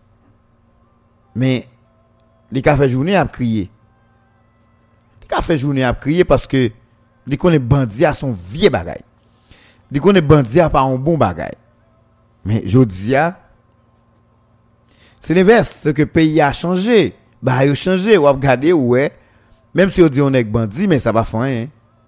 mais les café journée a crier les café journée a crier parce que les connaît bandit à son vieux bagaille les connaît bandit à pas un bon bagaille mais jodi a c'est l'inverse c'est que pays a changé bah il a changé ou regarder ouais même si on dit on est bandit mais ça va faire rien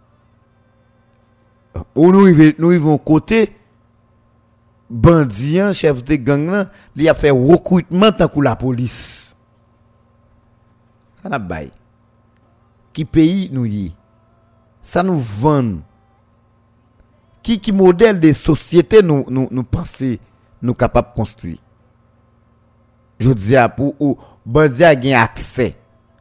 ou nous nous vivons côté bandit chef de gang là il a fait recrutement tant que la police ça n'a bail qui pays nous y ça nous vend qui qui modèle de société nous nous nous penser nous capable construire je dis à pour ou bandit a gain accès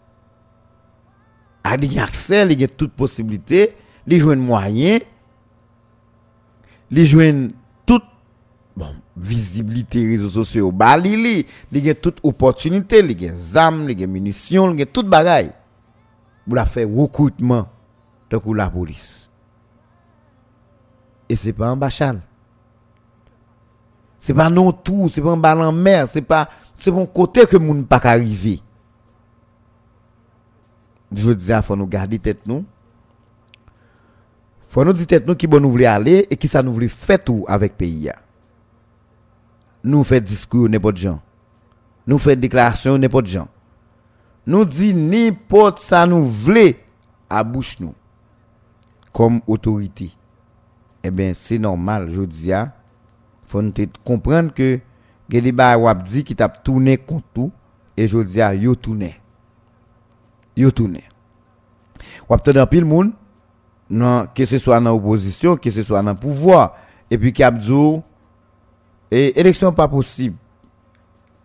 a gain accès il a toute possibilité les joindre moyen les joindre bon visibilité réseaux sociaux bah li li gen toute opportunité li gen zam li gen munitions li gen toute bagaille pour la faire recrutement de pour la police et c'est pas en bachal c'est pas non tout c'est pas en bas en mer c'est pas c'est bon côté que moun pas arriver je dis à faut nous garder tête nous faut nous dire tête nous qui bon nous voulons aller et qui ça nous voulons faire tout avec pays ya. Nous fait discours n'importe gens nous fait déclaration n'importe gens nous dit n'importe ça nous voulons à bouche nous comme autorité eh bien c'est normal je dis a faut nous comprendre que gade ba wap dit qui t'a tourné contre tout et je dis a yo tourné yo tourné wap tande pile monde non que ce soit dans opposition que ce soit dans pouvoir et puis qui a dit et élection pas possible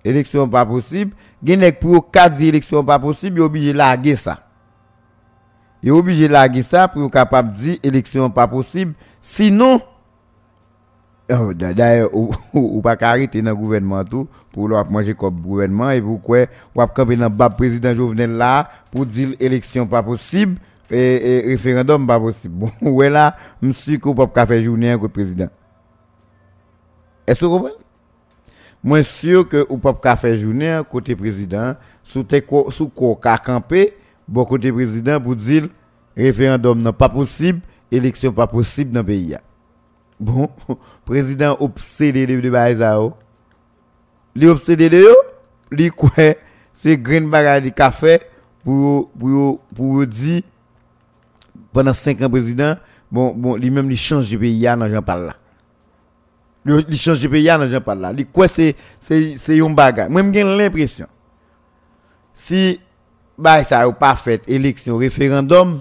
élection pas possible, gen pour quatre élections pas possible, il obligé larguer ça. Il obligé larguer ça pour capable dire élection pas possible, sinon oh, d'ailleurs ou, ou, ou pas arrêter dans gouvernement tout pour leur manger comme gouvernement et pourquoi ou pas camper dans bas président Jovenel là pour dire élection pas possible et, et référendum pas possible. Bon ouais là, monsieur qu'on peut pas faire journée contre président. Est-ce que vous comprenez? Moi sûr que ou pas faire journée côté président sous sous quoi camper bon côté président pour dire référendum non pas possible, élection pas possible dans pays. Bon, président obsédé de Baïzao. Li obsédé de yo, li quoi c'est green bagage de café pour pour pour dire pendant cinq ans président, bon bon lui même il change de pays dans Jean parle là. Il change de pays dans Jean parle là. Li quoi c'est c'est c'est un bagage. Moi j'ai l'impression si Baïzao pas fait élection référendum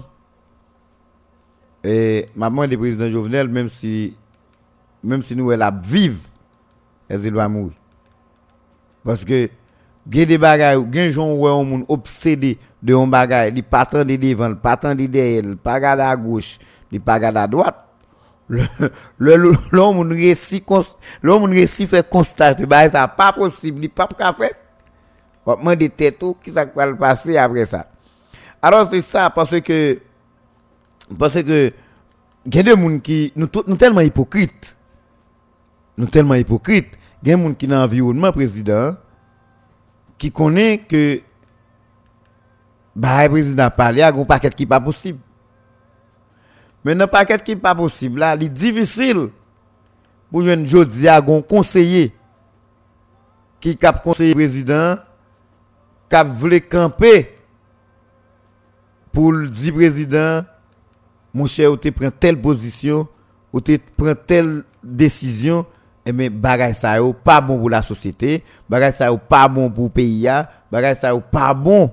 et maman de président Jovenel même si même si nous elle a vive elle doit mourir parce que gen des bagages gen jon ouais on moun obsédé de on bagage il pas attendre devant pas attendre derrière pas regarder à gauche il pas regarder à droite le le l'homme moun réussi l'homme moun réussi fait constater bah ça pas possible il pas ka faire on demander tête tout qui ça va le passer après ça alors c'est ça parce que parce que gen des moun qui nous nous tellement hypocrites nous tellement hypocrites, il y a des gens qui dans l'environnement président qui connaît que bah le président parler à un paquet qui pas possible. Mais dans paquet qui pas possible là, il difficile pour jeune jodi a un conseiller qui cap conseiller président cap veut camper pour dire président mon cher ou te prend telle position ou te prend telle décision et mais bagay ça yo pas bon pour la société, bagay ça yo pas bon pour pays a, bagay ça yo pas bon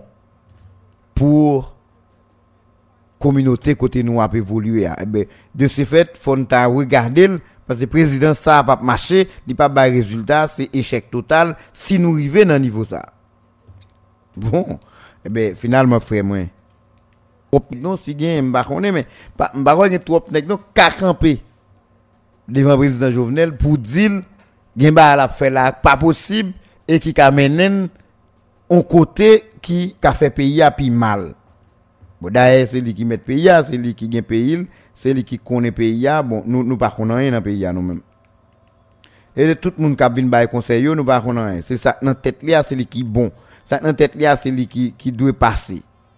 pour communauté côté nous a évoluer. Et ben de ce fait faut ta regarder parce que président ça pas marcher, il pas ba résultat, c'est échec total si nous arriver dans niveau ça. Bon, et ben finalement frère moi non si gain m'pa connait mais m'pa connait trop nèg non ka camper devant président Jovenel pour dire gen ba la fait là pas possible et qui ka menen on côté qui ka fait pays a pi mal. Bon d'ailleurs c'est lui qui met pays a, c'est lui qui gagne pays, c'est lui qui connaît pays a. Bon nous nous pas connait rien dans pays a nous même. Et tout le monde qui vinn bail conseil nous pas connait rien. C'est ça dans tête là c'est lui qui bon. Ça dans tête là c'est lui qui qui doit passer.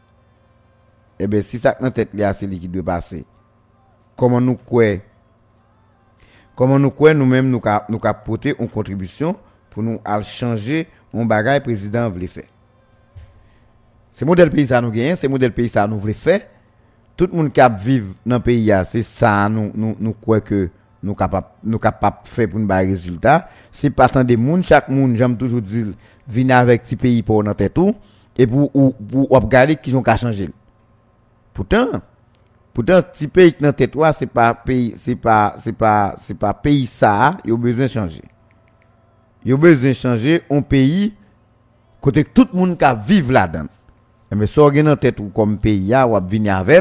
Eh ben si ça dans tête là c'est lui qui doit passer. Comment nous quoi Comment nous quoi nous-mêmes nous ca nous ca porter une contribution pour nous à changer un bagage président veut faire. C'est modèle pays ça nous gagne, c'est modèle pays ça nous veut faire. Tout le monde qui vivre dans pays c'est ça nous nous nous quoi que nous capable nous capable faire pour nous bailler résultat. C'est pas tant des monde, chaque monde j'aime toujours dire venir avec petit pays pour dans tête tout et pour pour regarder qui ont qu'à changer. Pourtant Pourtant, si pays dans tête toi, c'est pas pays, c'est pas, c'est pas, c'est pas pays ça, il y a besoin de changer. Il y a besoin de changer un pays côté tout le monde qui vivre là-dedans. Mais si on a dans tête comme pays, ou venir avec,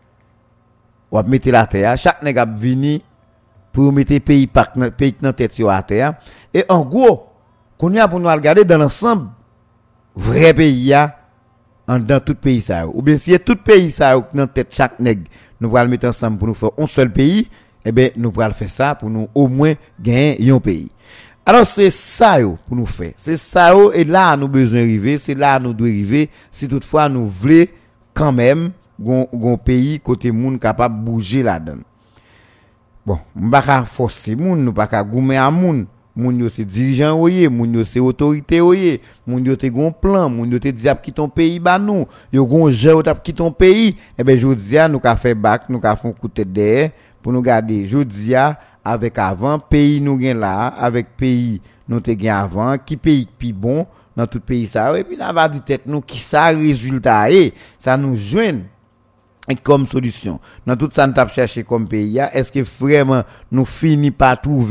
ou mettre la terre, chaque nèg a venir pour mettre pays pays dans tête sur la terre. Et en gros, qu'on y a pour nous regarder dans l'ensemble, vrai pays en dans tout pays ça. Ou bien si tout pays ça dans tête chaque nèg nous allons mettre ensemble pour nous faire un seul pays, eh bien, nous allons faire ça pour nous au moins gagner un pays. Alors, c'est ça yo, pour nous faire. C'est ça yo, et là, nous besoin arriver, c'est là, nous devons arriver, si toutefois, nous voulons quand même un pays côté moun capable de bouger là-dedans. Bon, nous ne pouvons pas forcer moun, nous ne pouvons pas goumer à moun. Moun yo c'est dirigeant oyé, moun yo c'est autorité oyé, moun yo te gon plan, moun yo te di ap ki ton pays ba nou, yo gon jè ou tap ki ton pays, et ben jodi a nous ka fait bac, nous ka fon coup tête derrière pour nous garder jodi a avec avant pays nous gen là, avec pays nous te gen avant, qui pays pi bon dans tout pays ça et puis là va di tête nous qui ça résultat et ça nous joindre comme solution. Dans tout ça nous t'a chercher comme pays, est-ce que vraiment nous fini par trouver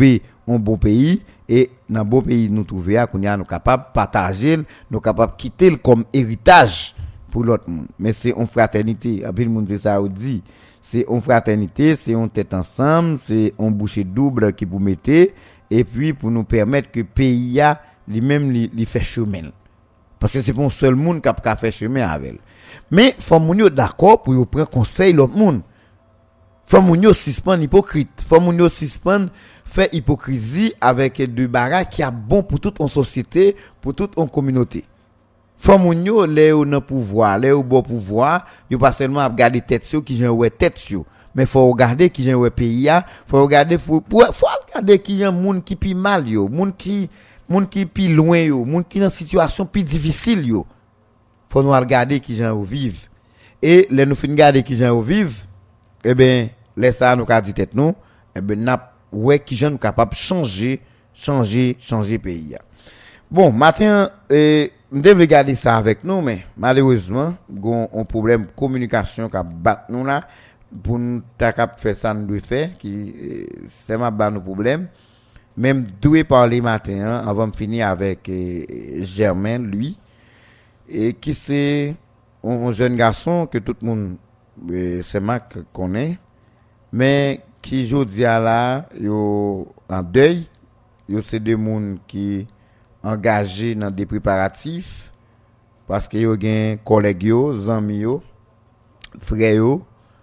un beau pays et dans beau pays nous trouver à qu'on y a nous capable partager, nous capable quitter comme héritage pour l'autre monde. Mais c'est une fraternité, après le monde c'est ça dit. C'est une fraternité, c'est une tête ensemble, c'est un bouchée double qui vous mettez et puis pour nous permettre que pays a lui-même lui fait chemin. Parce que c'est pas un seul monde qui a fait chemin avec. Mais faut moun yo d'accord pour yo prendre conseil l'autre monde. Faut moun yo suspendre hypocrite, faut moun yo suspendre faire hypocrisie avec deux bagages qui a bon pour toute une société, pour toute une communauté. Faut moun yo les au dans pouvoir, les au bon pouvoir, yo pas seulement regarder tête yo qui gen ouais tête yo, mais faut regarder qui gen ouais pays a, faut regarder faut faut regarder qui gen moun qui pi mal yo, moun qui moun qui pi loin yo, moun qui dans situation pi difficile yo. Faut nous regarder qui gens vivent et les nous fin regarder qui gens vivent et ben laisse ça nous ka dit tête nous et ben n'a ouais qui gens capable changer changer changer pays. Bon matin euh on devait regarder ça avec nous mais malheureusement gon un problème communication qui bat nous là pour nous ta cap faire ça nous doit faire qui c'est ma ba nos problèmes même doit parler matin hein, avant de finir avec euh, Germain lui et qui c'est un, un jeune garçon que tout le monde euh, c'est Mac connaît mais qui jodi a là yo en deuil yo c'est des monde qui engagé dans des préparatifs parce que yo gen collègue yo zami yo frère yo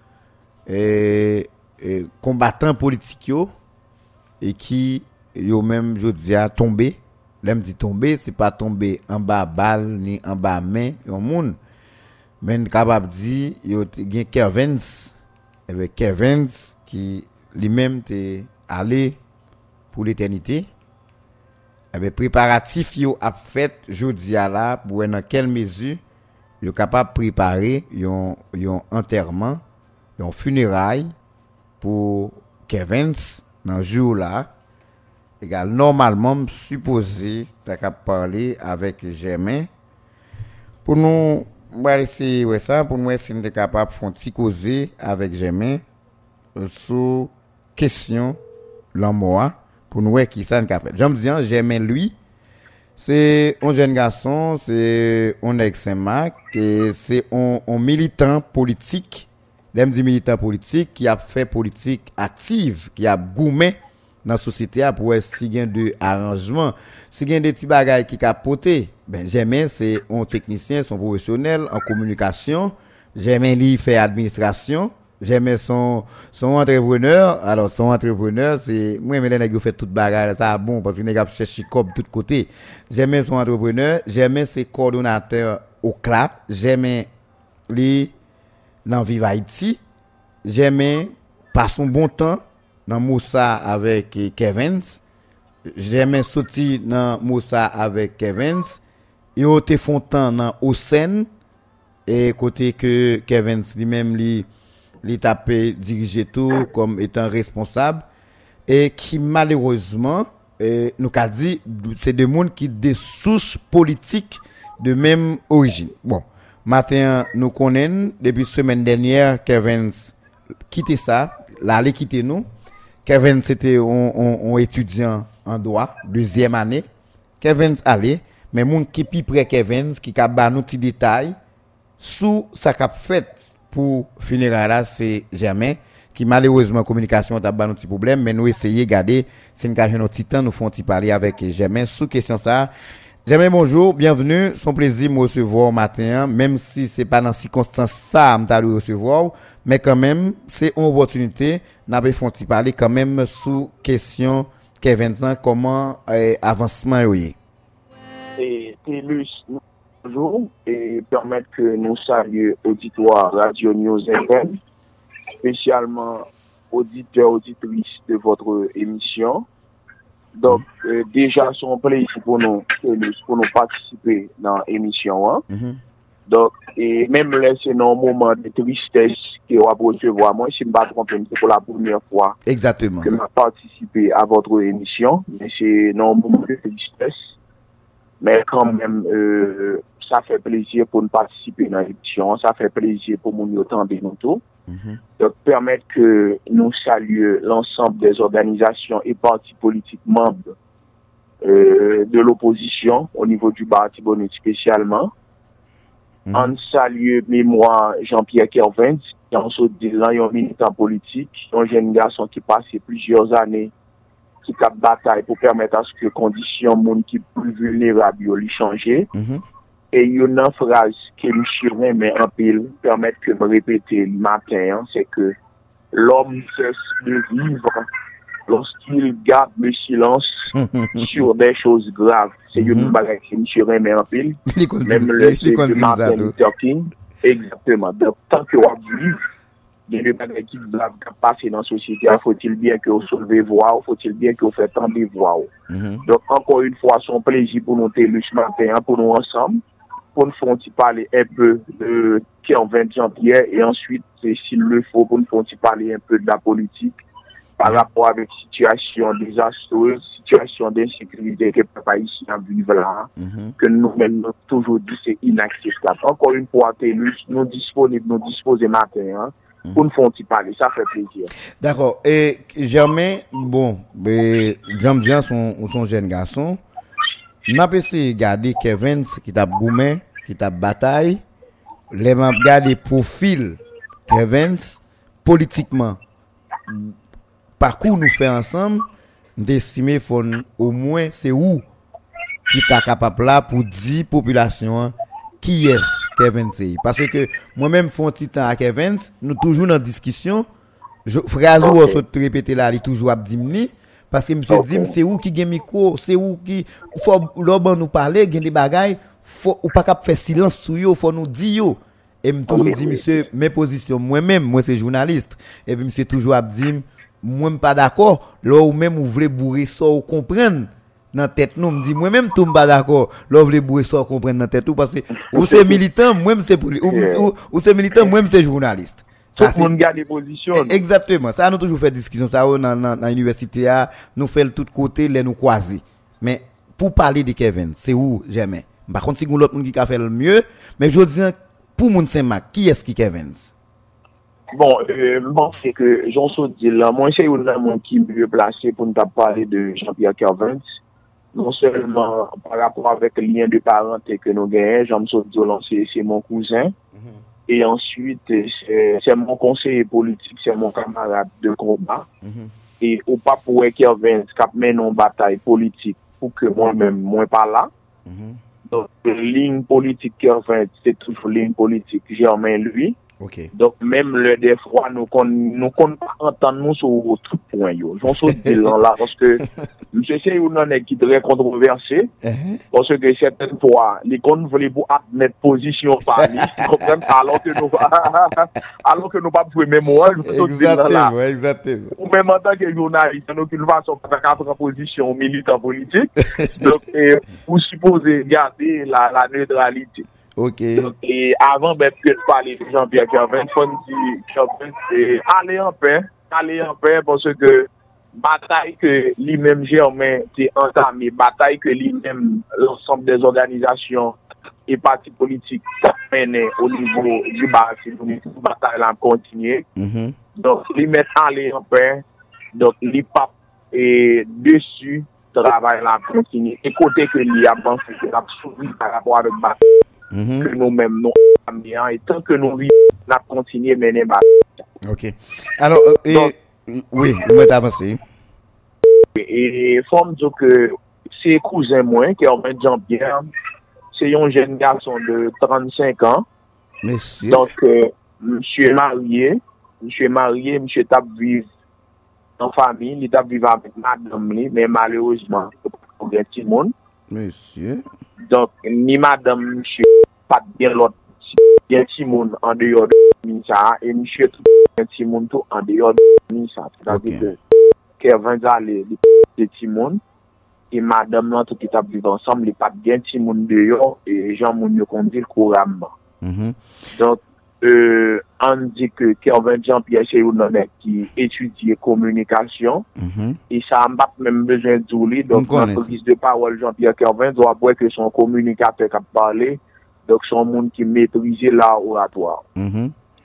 et, et combattants politiques yo et qui yo même jodi a tombé. L'aime dit tomber, c'est pas tomber en bas balle ni en bas main un monde. Mais capable dit yo gen Kevin et ben Kevin qui lui-même t'est allé pour l'éternité. Et ben préparatif yo a fait jodi a là pour dans quelle mesure yo capable préparer yon yon enterrement, yon funérailles pour Kevin dans jour là. Égal normalement supposé t'as qu'à parler avec Germain pour nous on va essayer ouais ça pour nous essayer d'être capable font petit causer avec Germain sur question l'amour pour nous voir qui ça n'a fait. J'aime dire Germain lui c'est un jeune garçon, c'est un ex-Saint-Marc et c'est un, un militant politique, l'aime dit militant politique qui a fait politique active, qui a goumé dans la société pour si gain de arrangement si gain des petits bagages qui capoter ben Germain c'est un technicien son professionnel en communication Germain lui fait administration Germain son son entrepreneur alors son entrepreneur c'est moi mais nèg fait toute bagage ça bon parce que nèg a chercher cob de tous côtés Germain son entrepreneur Germain c'est coordonnateur au C L A Germain lui dans Vive Haïti Germain passe un bon temps dans Moussa avec Kevin, j'aime sorti dans Moussa avec Kevin, et au te font temps dans Osen et côté que Kevin lui-même lui lui tapé diriger tout comme étant responsable et qui malheureusement eh, nous qu'a dit c'est des monde qui des souches politiques de même origine. Bon, matin nous connaissons depuis semaine dernière Kevin quitté ça, là aller quitter nous. Kevin c'était un, un, un étudiant en droit deuxième année. Kevin allé mais moun qui pi près Kevin qui ka ba nou ti détail sous ça qu'a fait pour funérailles là c'est Germain qui malheureusement communication t'a ba nou ti problème mais nous essayer garder c'est une question notre temps nous font ti parler avec Germain sous question ça. Germain bonjour, bienvenue, son plaisir me recevoir matin même si c'est pas dans circonstance ça m'ta le recevoir mais quand même c'est une opportunité n'a pas font ti parler quand même sous question Kevin comment euh, avancement yoyé. Et Télus bonjour et permettre que nous saluions auditoire Radio News F M spécialement auditeurs auditrices de votre émission. Donc mm-hmm. euh, déjà c'est un plaisir pour nous pour nous participer dans l'émission hein. Mm-hmm. Donc et même là c'est un moment de tristesse que on va recevoir moi si me pas tromper c'est pour la première fois exactement que m'a participé à votre émission mais c'est un moment de tristesse mais quand même euh, ça fait plaisir pour nous participer dans l'émission ça fait plaisir pour nous entendre nous tout Mm-hmm. Donc, permettre que nous saluions l'ensemble des organisations et partis politiques membres euh, de l'opposition au niveau du Bartibonite spécialement. Mm-hmm. On salue mémoire Jean-Pierre Kervens, qui est un militant politique, un jeune garçon qui passe plusieurs années qui a bataille pour permettre à ce que les conditions monde qui plus vulnérables lui changent. Mm-hmm. Et il y a une phrase que M. mais en pile permettre que me répéter le matin, hein, c'est que l'homme cesse de vivre lorsqu'il garde le silence sur des choses graves. C'est une bagarre que M. mais en pile. Même le c'est de Martin Luther King. Exactement. Donc, tant que on vit, il y a des bagages qui doivent passer dans la société. Faut-il bien que vous soulevez voix, faut-il bien que vous faites tant de voix. Mm-hmm. Donc, encore une fois, c'est un plaisir pour nous télécharger ce matin, pour nous ensemble, pour nous faire parler un peu de Kervens Jean-Pierre et ensuite, s'il le faut, pour nous faire parler un peu de la politique par rapport avec la situation désastreuse, situation d'insécurité que le peuple haïtien vit là, mm-hmm. que nous-mêmes nous toujours dit c'est inacceptable. Encore une fois, nous disponibles, nous disposons matin, hein, pour nous faire parler, ça fait plaisir. D'accord. Et Germain, bon, ben, Jean-Pierre, son, son jeune garçon, m'a essayé de regarder Kervens qui t'a goumé, qui t'a bataille, les m'a regardé profil Kervens politiquement. Parcours nous fait ensemble, d'estimer faut au moins c'est où qui t'a capable là pour dire population qui est Kervens. Parce que moi-même font petit temps à Kervens, nous toujours dans discussion, je phrase ou se répéter là, il toujours à dire parce que monsieur dit c'est où qui gagne micro, c'est où qui faut l'on nous parler, gagne des bagailles, faut ou pas cap faire silence sur yo, faut nous dire yo. Et me toujours dit monsieur mes positions moi-même, moi c'est journaliste et puis monsieur toujours à dire moi pas d'accord, là ou même ou voulez bourrer ça ou comprendre dans tête nous me dit moi même tout pas d'accord, là voulez bourrer ça comprendre dans tête tout parce que ou c'est militant, moi même c'est ou, ou, ou c'est militant, moi même c'est journaliste. Tout le monde garde des positions. Exactement. Ça nous toujours fait discussion ça dans dans dans l'université a nous fait le tout côté les nous croiser. Mais pour parler de Kervens, c'est où jamais. Par contre si l'autre monde qui a fait le mieux, mais je dis pour moun Saint-Marc, qui est-ce qui Kervens? Bon, euh, bon, c'est que Jean Saudi là, moi c'est un homme qui mieux placé pour nous parler de Jean-Pierre Kervens. Non seulement par rapport avec le lien de parenté que nous gagnons, Jean Saudi c'est c'est mon cousin. Mm-hmm. Et ensuite, c'est, c'est mon conseiller politique, c'est mon camarade de combat. Mm-hmm. Et au pas pour Kervens qui mène une bataille politique pour que moi-même, moi pas là. Mm-hmm. Donc, ligne politique Kervens, c'est toujours ligne politique Germain lui. Okay. Donc, même le des fois, nous ne nous pas entendre nous sur tout point. J'en suis là parce que monsieur c'est un qui est très controversé. Uh-huh. Parce que certaines fois, les gens veulent mettre position par lui. alors que nous alors que nous pas pour mémoire. Exactement, exactement. Ou même en tant que journaliste, nous qui ne faisons pas prendre position militant politique. Donc, eh, vous supposez garder la, la neutralité. Ok. Donc, et avant même que de parler de Jean-Pierre Kervens, il faut dire Kervens, c'est aller en paix, aller en paix parce que bataille que lui-même Germain s'est entamé, bataille que lui-même l'ensemble des organisations et partis politiques mené au niveau du Bartibonite, bataille là continuer. Mm-hmm. Donc, lui mettre aller en paix, donc lui pas et dessus travail là continuer. Et côté que lui a pensé que l'a souri par rapport avec bataille. Mm-hmm. Que nous-mêmes, nous, amiens, et tant que nous vivons, nous continuons à mener ma. Ok. Alors, euh, et, donc, oui, vous m'avez avancé. Et il faut me dire que c'est cousin moi, qui est Jean-Pierre, c'est un jeune garçon de trente-cinq ans. Monsieur. Donc, euh, monsieur est marié, monsieur est marié, monsieur tape vivre en famille, il tape vivre avec madame, mais malheureusement, il y a un petit monde. Monsieur. Donc, ni madame, monsieur, pas bien l'autre, il y a un petit monde en dehors de Minsa, et monsieur, un petit monde tout en dehors de Minsa. C'est-à-dire que Kervens a les petits monde, et madame, l'autre qui t'a vivre ensemble, il pas bien petit monde dehors, et Jean Mounio conduit le couramment. Donc, euh, on dit que Kervens Jean-Pierre, c'est un homme qui étudie communication, mm-hmm. et ça n'a pas même besoin de douler. Donc, dans prise de parole, Jean-Pierre Kervens doit voir que son communicateur qui a parlé, donc son monde qui maîtrise l'art oratoire. Mm-hmm.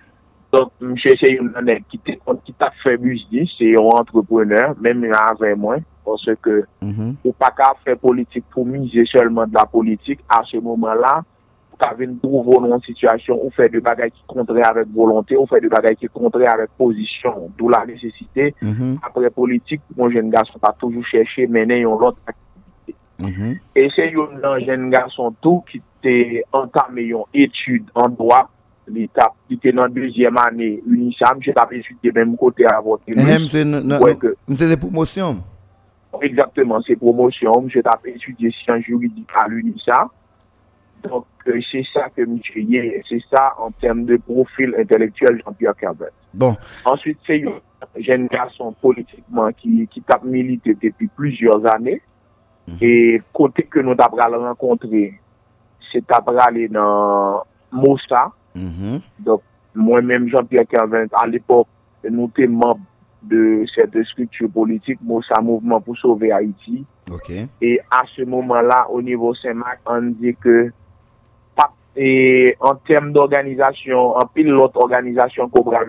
Donc, monsieur, c'est un nèg qui qui t'a fait business, c'est un entrepreneur, même avec moi, parce que, Mhm. ou pas qu'à faire politique pour miser seulement de la politique, à ce moment-là, vous avez une trouver dans une situation où faire des bagages qui contraires avec volonté, ou faire des bagages qui contraires avec position, d'où la nécessité. Mhm. Après politique, mon jeune garçon pas toujours chercher, mener une autre activité. Mhm. Et c'est un jeune garçon tout qui t'est entamé une étude en droit, l'étape, qui était dans la deuxième année, UNISAM, je t'avais étudié même côté à votre Eh, monsieur, non, non, Ouais, non, que- c'est des promotions. Exactement, c'est promotion. Je t'ai étudié sciences juridiques à l'UNISA. Donc, euh, c'est ça que monsieur y est. C'est ça en termes de profil intellectuel Jean-Pierre Calvet. Bon, Ensuite, c'est un jeune garçon politiquement qui, qui t'a milité depuis plusieurs années. Et côté que nous avons rencontré, c'est aller dans Moussa. mhm. Donc, moi-même, Jean-Pierre Calvin, à l'époque, nous étions membres de cette structure politique, Moussa Mouvement pour sauver Haïti. OK. Et à ce moment-là, au niveau Saint-Marc, on dit que, pas- et en termes d'organisation, en pile l'autre organisation Cobra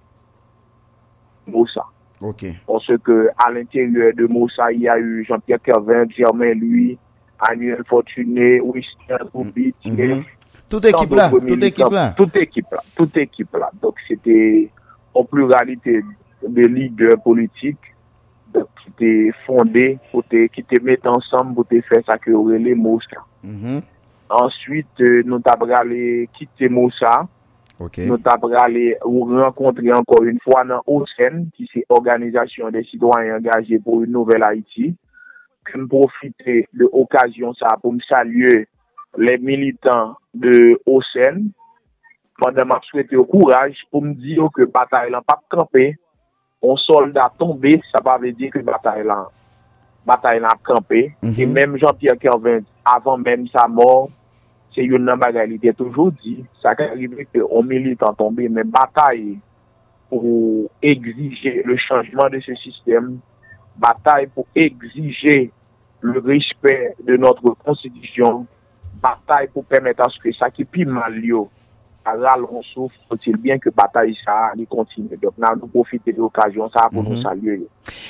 Moussa. OK. Parce que à l'intérieur de Moussa, il y a eu Jean-Pierre Calvin, Germain Louis, Annuel Fortuné, Winston Oubit, Mhm. Toute équipe là, toute équipe là. toute équipe là, toute équipe là. Donc c'était en pluralité de leaders politiques donc, qui étaient fondés, pour te, qui te mettent ensemble pour te faire ça que les Moussa. Mhm. Ensuite, euh, nous avons allé quitter Moussa. OK. Nous avons allé rencontrer encore une fois dans O S E N, qui c'est Organisation des citoyens engagés pour une nouvelle Haïti. Que nous profiter de l'occasion ça pour me saluer les militants de O S E N. Pendant que je souhaite au courage pour me dire que bataille n'a pas campé. Un soldat tombé, ça va veut dire que bataille là, bataille n'a campé. Mhm. Et même Jean-Pierre Calvin, avant même sa mort, c'est une bagaille, il était toujours dit, ça arrive qu'on militant tombé, mais bataille pour exiger le changement de ce système, bataille pour exiger le respect de notre constitution, bataille pour permettre à ce que ça qui est plus mal lié, à on souffre, faut-il bien que bataille ça, il continue. Donc, nous avons profité de l'occasion ça pour Mhm. nous saluer.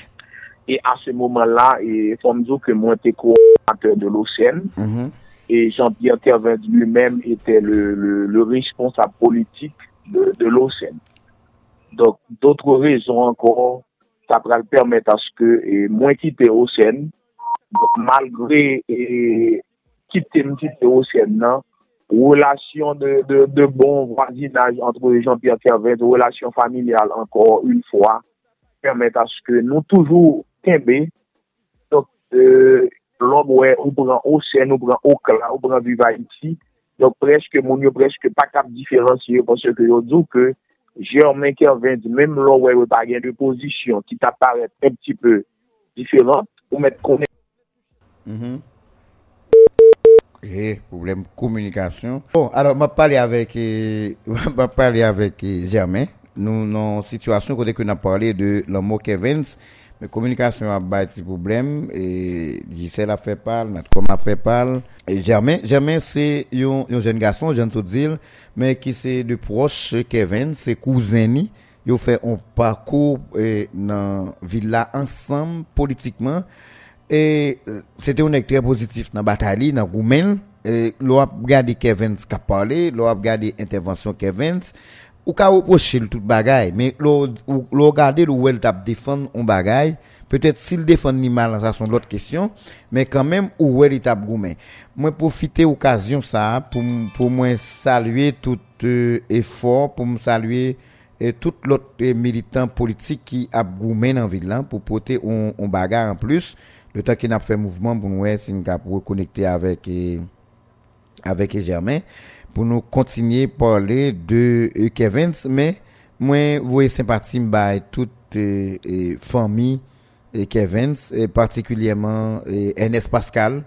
Et à ce moment-là, il faut me dire que moi, j'étais coordinateur de l'O S E N. Mhm. Et Jean-Pierre Calvin lui-même était le, le, le responsable politique de, de l'O S E N. Donc, d'autres raisons encore, ça va le permettre à ce que, et moi quitter l'O S E N, donc, malgré, et, quitter, quitter l'O S E N, non, relation de, de, de bon voisinage entre Jean-Pierre Calvin, de relation familiale encore une fois, permettre à ce que nous toujours tomber. Donc, euh, l'homme, ouais, on prend au sein, on prend au clan, on prend Viva Haïti. Donc, presque, mon yo presque pas cap différencier parce que yo dit que Germain Calvin, même l'homme, ouais, il pas de position qui t'apparaît un petit peu différente, pour mettre connaître. Mhm. Et problème communication. Bon, alors m'a parlé avec euh, m'a parlé avec euh, Germain. Nous dans situation côté que n'a parlé de l'amour Kevin, mais communication a pas petit problème et Gisèle a fait parler, notre com a fait parler et Germain Germain c'est un un jeune garçon, jeune dire mais qui c'est de proche Kevin, c'est cousin ni. Ils fait un parcours eh, dans villa ensemble politiquement. Et euh, c'était un acte très positif dans la bataille, dans Goumen. L'on a regardé Kevin qui a parlé, l'on a regardé l'intervention Kevin. Ou ka reprocher tout bagaille, mais l'on l'on regarder où elle t'a défendre un bagaille. Peut-être s'il défend ni mal, ça sont d'autres questions, mais quand même où elle t'a Goumen. Moi profiter occasion ça pour pour moi saluer tout euh, effort, pour me saluer et tout l'autre euh, militant politique qui a Goumen en ville là pour porter un un bagarre en plus. Le temps qu'il a fait mouvement pour nous si nous capable reconnecter avec eh, avec Germain pour nous continuer parler de eh, Kevin mais moi voyez sympathie by toute eh, eh, famille et Kevin et particulièrement eh, Ernest Pascal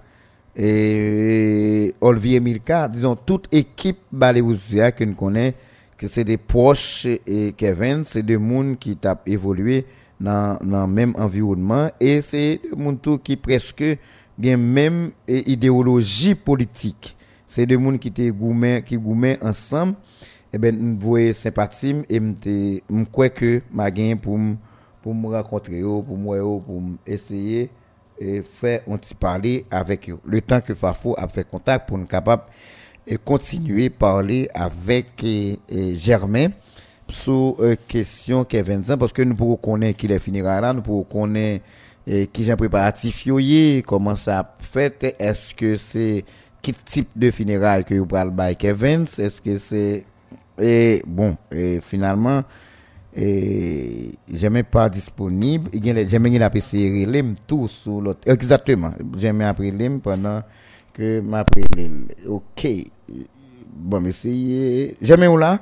et Olivier Milka, disons toute équipe Baléouzia que nous connaît que c'est des proches et Kevin, c'est des monde qui t'a évolué dans dans même environnement et c'est des monde tout qui presque gain même idéologie politique. C'est des monde qui étaient gourmets qui gourmets ensemble eh ben m'voyer sympathie et m'te m'crois que m'a gagné pour pour me rencontrer pour moi pour essayer et faire un petit parler avec eux. Le temps que Fafo a fait contact pour nous capable et continuer parler avec et, et Germain sur euh, question Kevin Zan parce que nous pourrons connaître qui les finira là, nous pourrons connaître et qui j'ai préparatif yoyé, comment ça fait, est-ce que c'est quel type de funérailles que vous pral by Kevin, est-ce que c'est et bon et finalement et jamais pas disponible, il y a jamais il a essayé relem tout sur l'autre exactement, jamais après relem pendant que m'a après OK. Bon mais c'est jamais ou là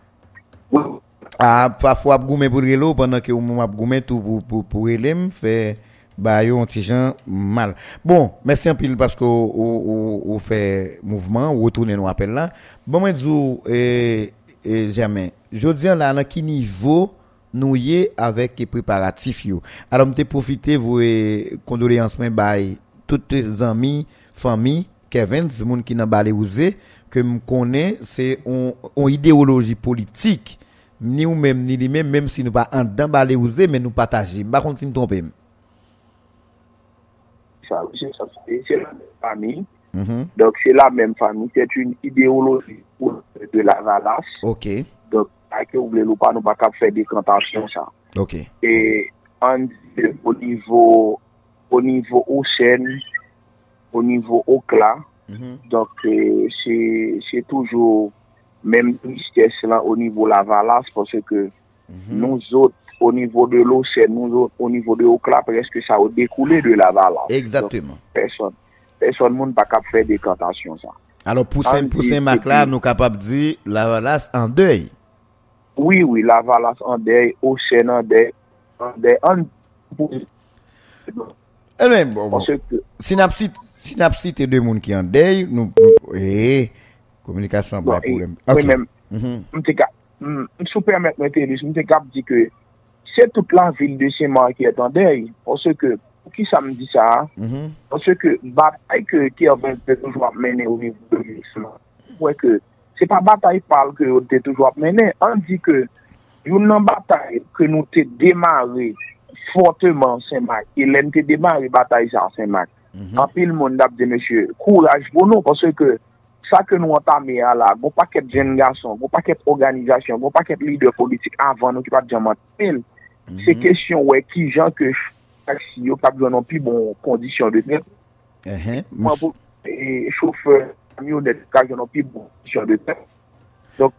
ah parfois goumer pour relo pendant que m'a goumer tout pour pour pour relem fait bah yo un petit gens mal. Bon, merci un pile parce que on on fait mouvement, retourner nous appel là. Bon moi dis et et jamais. Je dis là dans quel niveau nous y avec les préparatifs yo. Alors m'te profiter vous condoléances moi bail tous les amis, famille, Kevin, des monde qui dans Baléouzé que me connaît, c'est on on idéologie politique ni ou même ni lui-même même si nous pas en dans Baléouzé mais nous partager. Par contre si me tromper. Ça, c'est, ça, c'est la même famille. Mm-hmm. Donc, c'est la même famille. C'est une idéologie de la Valas. OK. Donc, avec vous voulez pas, nous pas faire des cantations, ça. OK. Et on dit au niveau, au niveau Océan, au niveau Ocla, mm-hmm. donc, euh, c'est, c'est toujours même tristesse là au niveau de la Valas parce que mm-hmm. nous autres, au niveau de l'Océan, nous au niveau de Ocla, presque ça a découlé de la Valence. Exactement. Donc, personne, personne monde pas capable faire des cantations ça. Alors pour Saint pour Saint-Marc là, nous capable dire la Valence en deuil. Oui oui, la Valence en deuil, Océan en deuil, en deuil en Eh bien bon, bon. Que synapsite synapsite deux monde qui en deuil, nous eh communication pas problème. OK. Oui même. Mhm. Si vous permettez, je me dis que c'est toute la ville de Saint-Marc qui est en deuil. Parce que, pour qui ça me dit ça? Mm-hmm. Parce que, bataille que Kevin peut toujours mener au niveau de l'islam. Ouais, que, c'est pas bataille parle que vous êtes toujours mené. On dit que, une bataille que nous t'ai démarré fortement Saint-Marc. Et l'on t'ai démarré bataille à Saint-Marc. En pile, le monde a dit, monsieur, courage pour nous, parce que, ça que nous entamons là, bon paquet de jeunes garçons, bon paquet d'organisations, bon paquet de leaders politiques avant nous qui pas de jamais pile. Mm-hmm. C'est question ouais qui gens que si yo pas besoin non plus bon conditions de temps. Uh-huh. Moi pour et chauffeur mieux d'être pas non plus bon conditions de temps. Donc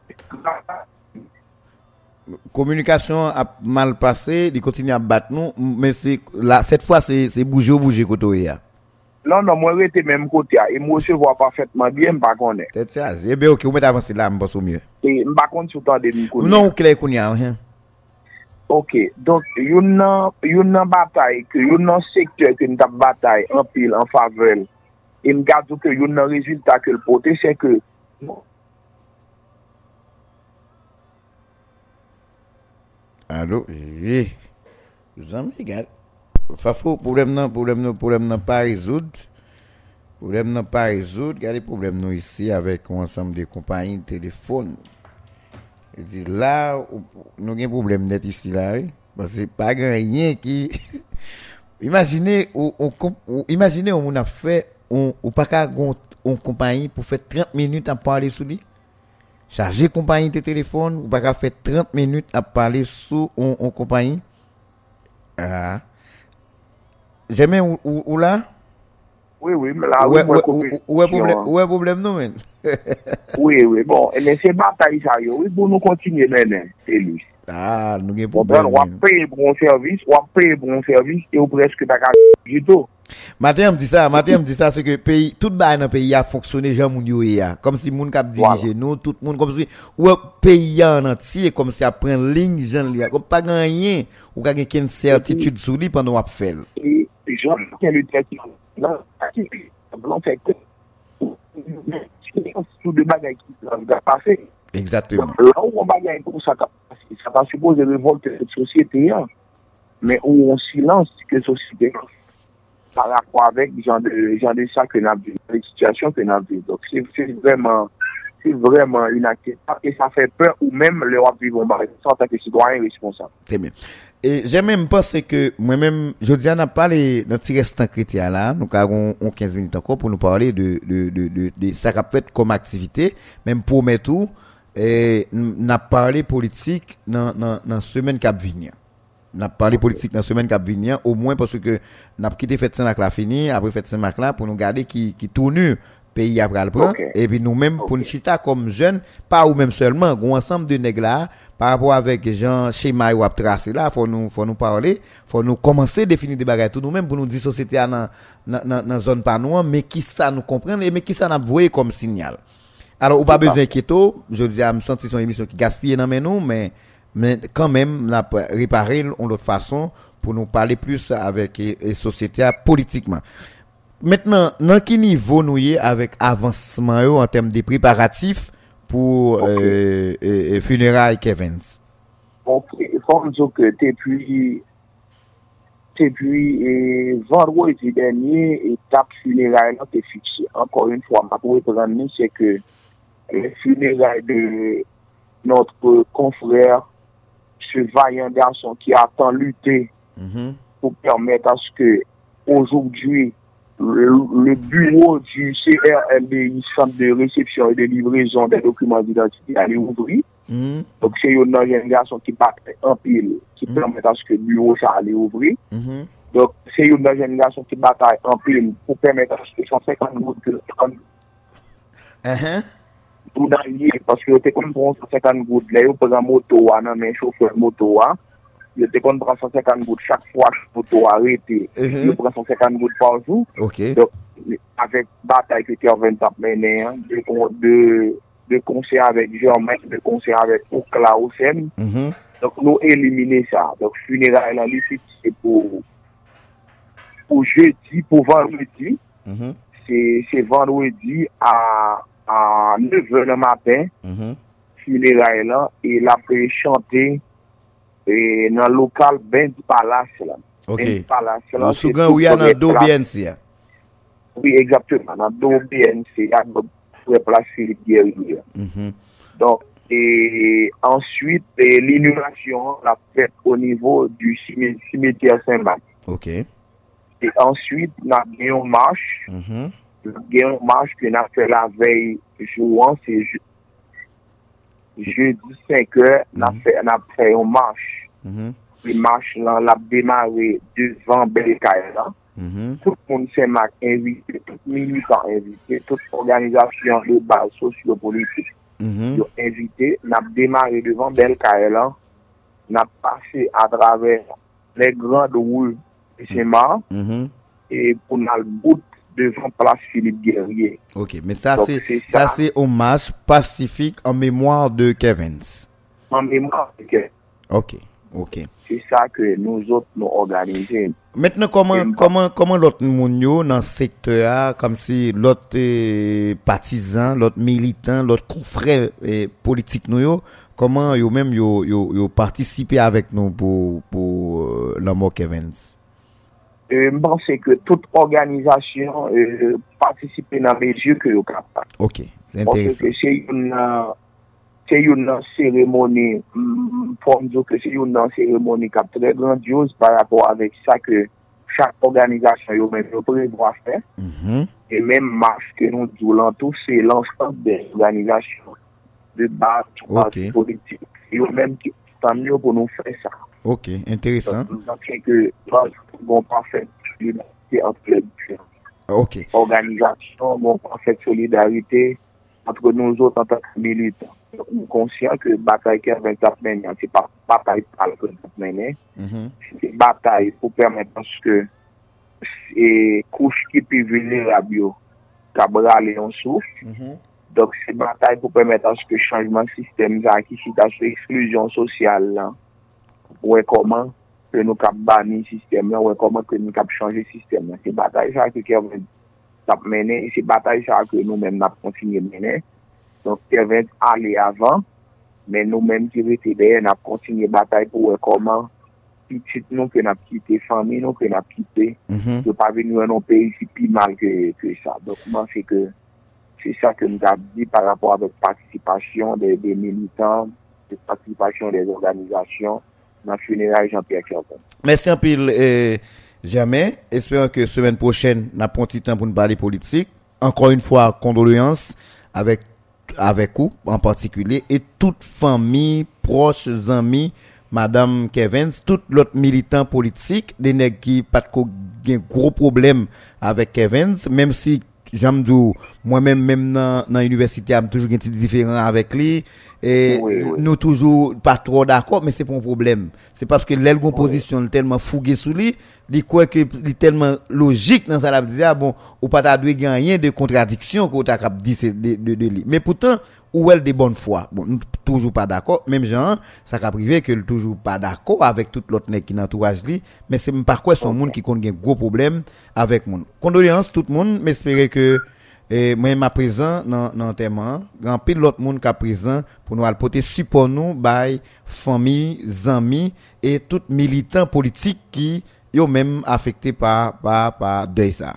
communication a mal passé, il continue à battre nous mais c'est là cette fois c'est c'est bouger bouger côté là. Non, non, moi, j'étais même côté, et moi, je vois parfaitement bien, je ne sais pas qu'on est. C'est ça, eh bien, ok, vous mettez avancé là, je pense au mieux. Et je ne sais pas qu'on est tout le temps de nous. Non, clair qu'on y a, hein. Ok, donc, il y a une bataille, il y a un secteur qui est en bataille, en pile, en faveur, et je garde que il y a un résultat que le poté, c'est que. Allô, eh, vous en regardez. Fafo problème non problème non problème non pas résoudre problème non pas résoudre regardez problème nous ici avec un ensemble de compagnies de téléphone et dit là nous avons un problème net ici là parce que pas rien qui imaginez on, on imaginez on a fait on ou pas qu'à on compagnie pour faire trente minutes à parler sur lui charger compagnie de téléphone ou pas qu'à faire trente minutes à parler sur on, on compagnie ah jamais ou, ou, ou là oui oui mais là ouais ouais ouais problème ouais problème non men oui oui bon mais c'est bataille ça yo oui pour nous continuer maintenant c'est lui ah nous gain problème on va payer pour un service on va payer pour un service et ou presque pas du tout matin me dit ça matin me dit ça c'est que pays tout bail dans pays a fonctionné Jean moun yo ya comme si moun k'ap diriger nous tout monde comme si ouais pays en entier comme si a prend ligne Jean li comme pas rien ou ka gen certitude sur lui pendant on fait Jean qui est le traitement là qui blanc fait que tout de bagaille qui va passer exactement là où on bagaille pour ça ça va supposer révolter cette société mais où on silence que société par rapport avec genre de genre de ça que n'a vu les situations que n'a vu donc c'est, c'est vraiment c'est vraiment inacceptable et ça fait peur ou même le vivre en tant que citoyen responsable. Très bien. Et j'ai même pensé que moi-même, je dis, on a parlé dans petit restant chrétien là, nous avons quinze minutes encore pour nous parler de, de, de, de, de ça qu'a fait comme activité, même pour mettre tout, et n'a parlé politique dans, dans, dans semaine qui vient. N'a parlé politique dans semaine qui vient, au moins parce que n'a quitté fête Saint-Marc là fini, après fête Saint-Marc là, pour nous garder qui, qui tourne pays après le prend okay. Et puis nous-mêmes okay. Pour nous chita comme jeunes pas ou même seulement un ensemble de nègres là par rapport avec gens schéma ou tracé là faut nous faut nous parler faut nous commencer définir des bagages tout nous-mêmes pour nous dire société dans dans dans zone pas nous mais qui ça nous comprendre et mais qui ça n'a voyé comme signal alors ou pas besoin inquiéter je dis à me sentir son émission qui gaspille dans nous mais mais quand même n'a réparer en l'autre façon pour nous parler plus avec les sociétés politiquement. Maintenant, dans quel niveau nous y est avec avancement en termes de préparatifs pour okay. euh, euh, funérailles Kevins? Ok, il faut dire que depuis, depuis euh, vendredi dernier, l'étape funéraille a été fixée. Encore une fois, ma reprendre, c'est que les funérailles de notre confrère, ce vaillant garçon qui a tant lutté mm-hmm. pour permettre à ce que aujourd'hui, Le, le bureau du C R L D I, Centre de réception et de livraison des documents d'identité, allait ouvrir. Mm-hmm. Donc, c'est une organisation qui bat en pile, qui mm-hmm. permet à ce que le bureau ça allait ouvrir. Mm-hmm. Donc, c'est une organisation qui bataille en pile pour permettre à ce que cent cinquante gouttes de uh-huh. tout dans lié, parce que c'est comme pour cent cinquante gouttes, là, par exemple, moto, mais chauffeur moto, il était qu'on prend cent cinquante gouttes chaque fois que le arrêté. Uh-huh. Il prend cent cinquante gouttes par jour. Okay. Donc, avec bataille que Kervin a mené, hein, de, de, de concert avec Germain, de concert avec Okla Osen. Uh-huh. Donc, nous éliminer ça. Donc, funérailles, là, c'est pour, pour jeudi, pour vendredi. Uh-huh. C'est, c'est vendredi à, à neuf heures le matin. Uh-huh. Funérailles, là, et la fait chanter. Et dans le local Ben Palace là. OK. Ben Palace là. Le second où il y a dans Do B N C. Oui, exactement, dans Do B N C, il y a pour place Philippe Guerrier. Mm-hmm. Donc et ensuite et l'inhumation la faite au niveau du cimetière Saint-Marc. OK. Et ensuite, on a bien une marche. Mm-hmm. Une marche qu'on a fait la veille jouant, c'est jeudi cinq heures, on a fait, on a fait une marche. Mm-hmm. Une marche, là, on a démarré devant Belkaïla. Mm-hmm. Tout le monde s'est invité, tout le militant invité, toute organisation de base sociopolitique mm-hmm. invité. On a démarré devant Belkaïla. On a passé à travers les grandes rues de Saint-Marc mm-hmm. et pour le bout devant place Philippe Guerrier. OK, mais ça donc, c'est, c'est ça, ça c'est hommage pacifique en mémoire de Kevins. En mémoire de Kevins. OK, OK. C'est ça que nous autres nous organisons. Maintenant comment et comment comment l'autre monde dans le secteur comme si l'autre eh, partisan, l'autre militant, l'autre confrère eh, politique nous yo, comment yo même yo yo yo participer avec nous pour pour euh, la mort Kevins? Je pense que toute organisation euh, participe dans les mesures que vous capable. OK, c'est intéressant. Parce que c'est une, c'est une cérémonie, pour dire que c'est une cérémonie très grandiose par rapport avec ça que chaque organisation même prévoit faire. Mm-hmm. Et même marche que nous disons tous, c'est l'ensemble des organisations de base okay. politique. Et même qui tant mieux pour nous faire ça. OK, intéressant. Donc, nous pensons que nous avons parfaite solidarité entre les différentes okay. organisations, nous avons parfaite solidarité entre nous autres en tant que militants. Donc, nous sommes conscients que la bataille qui est vingt-quatre mené, ce n'est pas une bataille par le mené, mm-hmm. c'est une bataille pour permettre que les couches qui peuvent venir à bio, Cabral et on souffle. Mm-hmm. Donc, c'est une bataille pour permettre à ce que le changement de système, qui est l'exclusion sociale, là, ouais comment que nous cap bannir système là ouais comment que nous cap changer système là c'est bataille ça que Kevin t'a mené et c'est bataille ça que nous même n'a continué mener donc Kevin allait avant mais nous même qui était derrière n'a continué bataille pour ouais comment petit nous que n'a quitté famille nous que n'a quitté de pas venir dans pays si plus mal que que ça donc moi c'est que c'est ça que nous avons dit par rapport à la participation des, des militants, la participation des organisations dans le funérail Jean-Pierre Kervens. Merci un peu, euh, Jamais. Espérons que semaine prochaine, nous avons un petit temps pour nous parler politique. Encore une fois, condoléances avec, avec vous en particulier et toute famille, proches, amis, Madame Kervens, tout l'autre militant politique, des nègres qui pas de gros problème avec Kervens, même si j'aime dire moi-même même dans dans l'université am toujours un petit différent avec lui et oui, oui. Nous toujours pas trop d'accord mais c'est pas un problème c'est parce que l'aile gon position oui. Tellement fougué sous lui il croit que il tellement logique dans ça la dire bon ou pas ta doit gagner de contradiction qu'on t'a cap dit c'est de de lui mais pourtant ou elle de bonne foi bon nous toujours pas d'accord même Jean ça qu'a privé que toujours pas d'accord avec tout l'autre nèg qui entourage lui mais c'est par quoi son okay. Monde qui connaît un gros problème avec monde condoléances tout le monde mais espérer que et moi ma présent dans dans enterrement grand pile l'autre monde qui présent pour nous apporter support nous by famille amis et tout militant politique qui yo même affecté par par par deuil ça.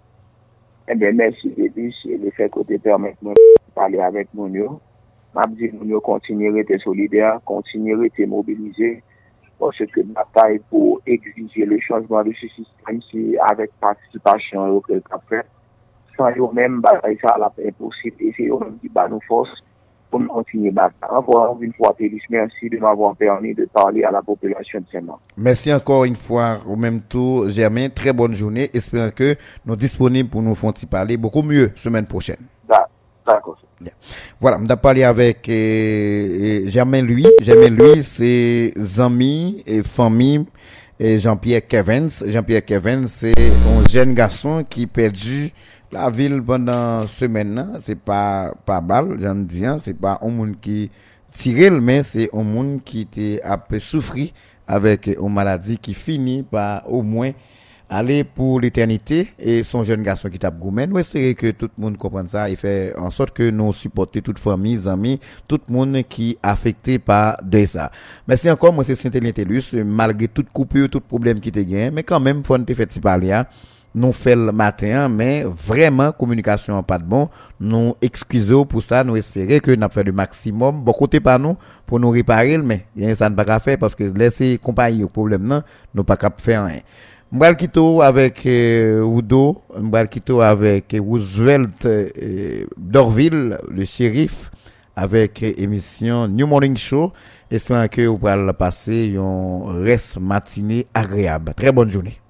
Eh bien merci Dédis et le fait que tu permets de parler avec nous yo m'a dit nous continuer être solidaire continuer être mobilisé parce que la bataille pour exiger le changement de ce système c'est avec participation que le fait sans eux même bataille ça la impossible et c'est eux même qui bat nous force pour continuer bataille. Encore une fois Pélis, merci de m'avoir permis de parler à la population de Saint-Marc. Merci encore une fois au même tour Germain, très bonne journée, espérons que nous disponibles pour nous faire parler beaucoup mieux semaine prochaine. D'accord. Bien. Voilà, on a parlé avec euh, Germain lui, Germain lui c'est amis et famille et Jean-Pierre Kervens. Jean-Pierre Kervens c'est un jeune garçon qui perdu la ville pendant semaine là, c'est pas pas balle, j'en dis hein, c'est pas un monde qui tire mais c'est un monde qui était a peu souffri avec une maladie qui finit par au moins aller pour l'éternité et son jeune garçon qui tape gourmet. Nous espérons que tout le monde comprenne ça et fait en sorte que nous supporter toute famille, amis, tout le monde qui est affecté par de ça. Merci encore, moi c'est Saint-Élien Tellus, malgré toute coupure, tout problème qui te gagne, mais quand même faut nous faire petit parler hein. Nous fait le matin mais vraiment communication pas de bon nous excusons pour ça nous espérer que n'a fait le maximum bon côté par nous pour nous réparer mais il y a ça ne pas qu'à faire parce que laisser compagnie au problème non nous pas capable faire rien m'bral kito avec euh, Udo m'bral kito avec Roosevelt euh, Dorville le shérif avec euh, émission New Morning Show espérons que vous pourrez passer un reste matinée agréable très bonne journée.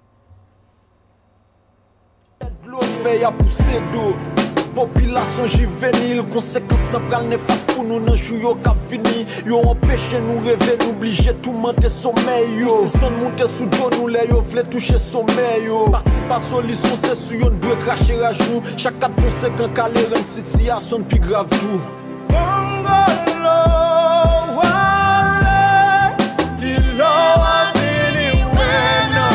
L'eau fait à pousser d'eau. Population juvénile, conséquences n'a pral néfaste pour nous dans jouyo qu'a fini. Yo empêché nous rêver, nous obliger tout monter sommeil yo. Système monter sous dos nous les yo vle toucher sommeil yo. Participation solution c'est sur yon doit cracher à jour. Chaque cas conséquent calé rend situation plus grave tout. Bongolo wale dilo avini wena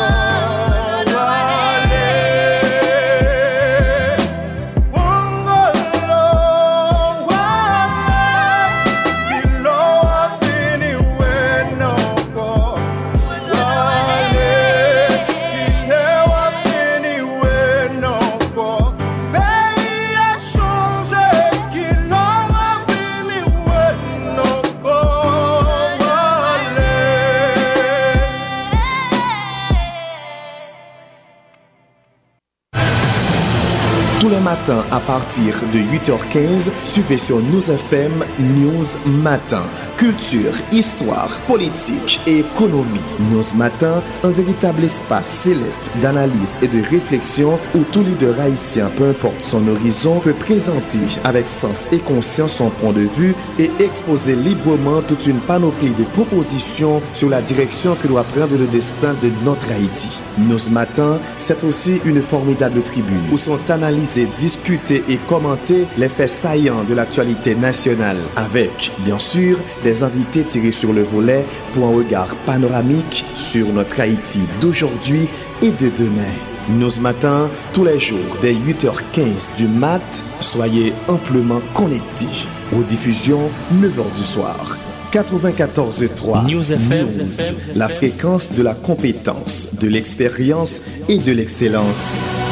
Tous les matins à partir de huit heures quinze, suivez sur News F M News Matin. Culture, histoire, politique et économie. News Matin, un véritable espace sélect d'analyse et de réflexion où tout leader haïtien, peu importe son horizon, peut présenter avec sens et conscience son point de vue et exposer librement toute une panoplie de propositions sur la direction que doit prendre le destin de notre Haïti. News Matin, c'est aussi une formidable tribune où sont analysés, discutés et commentés les faits saillants de l'actualité nationale avec, bien sûr, des invités tirés sur le volet pour un regard panoramique sur notre Haïti d'aujourd'hui et de demain. News Matin, tous les jours dès huit heures quinze du mat, soyez amplement connectés. Aux diffusions, neuf heures du soir. quatre-vingt-quatorze trois News F M, News, la fréquence de la compétence, de l'expérience et de l'excellence.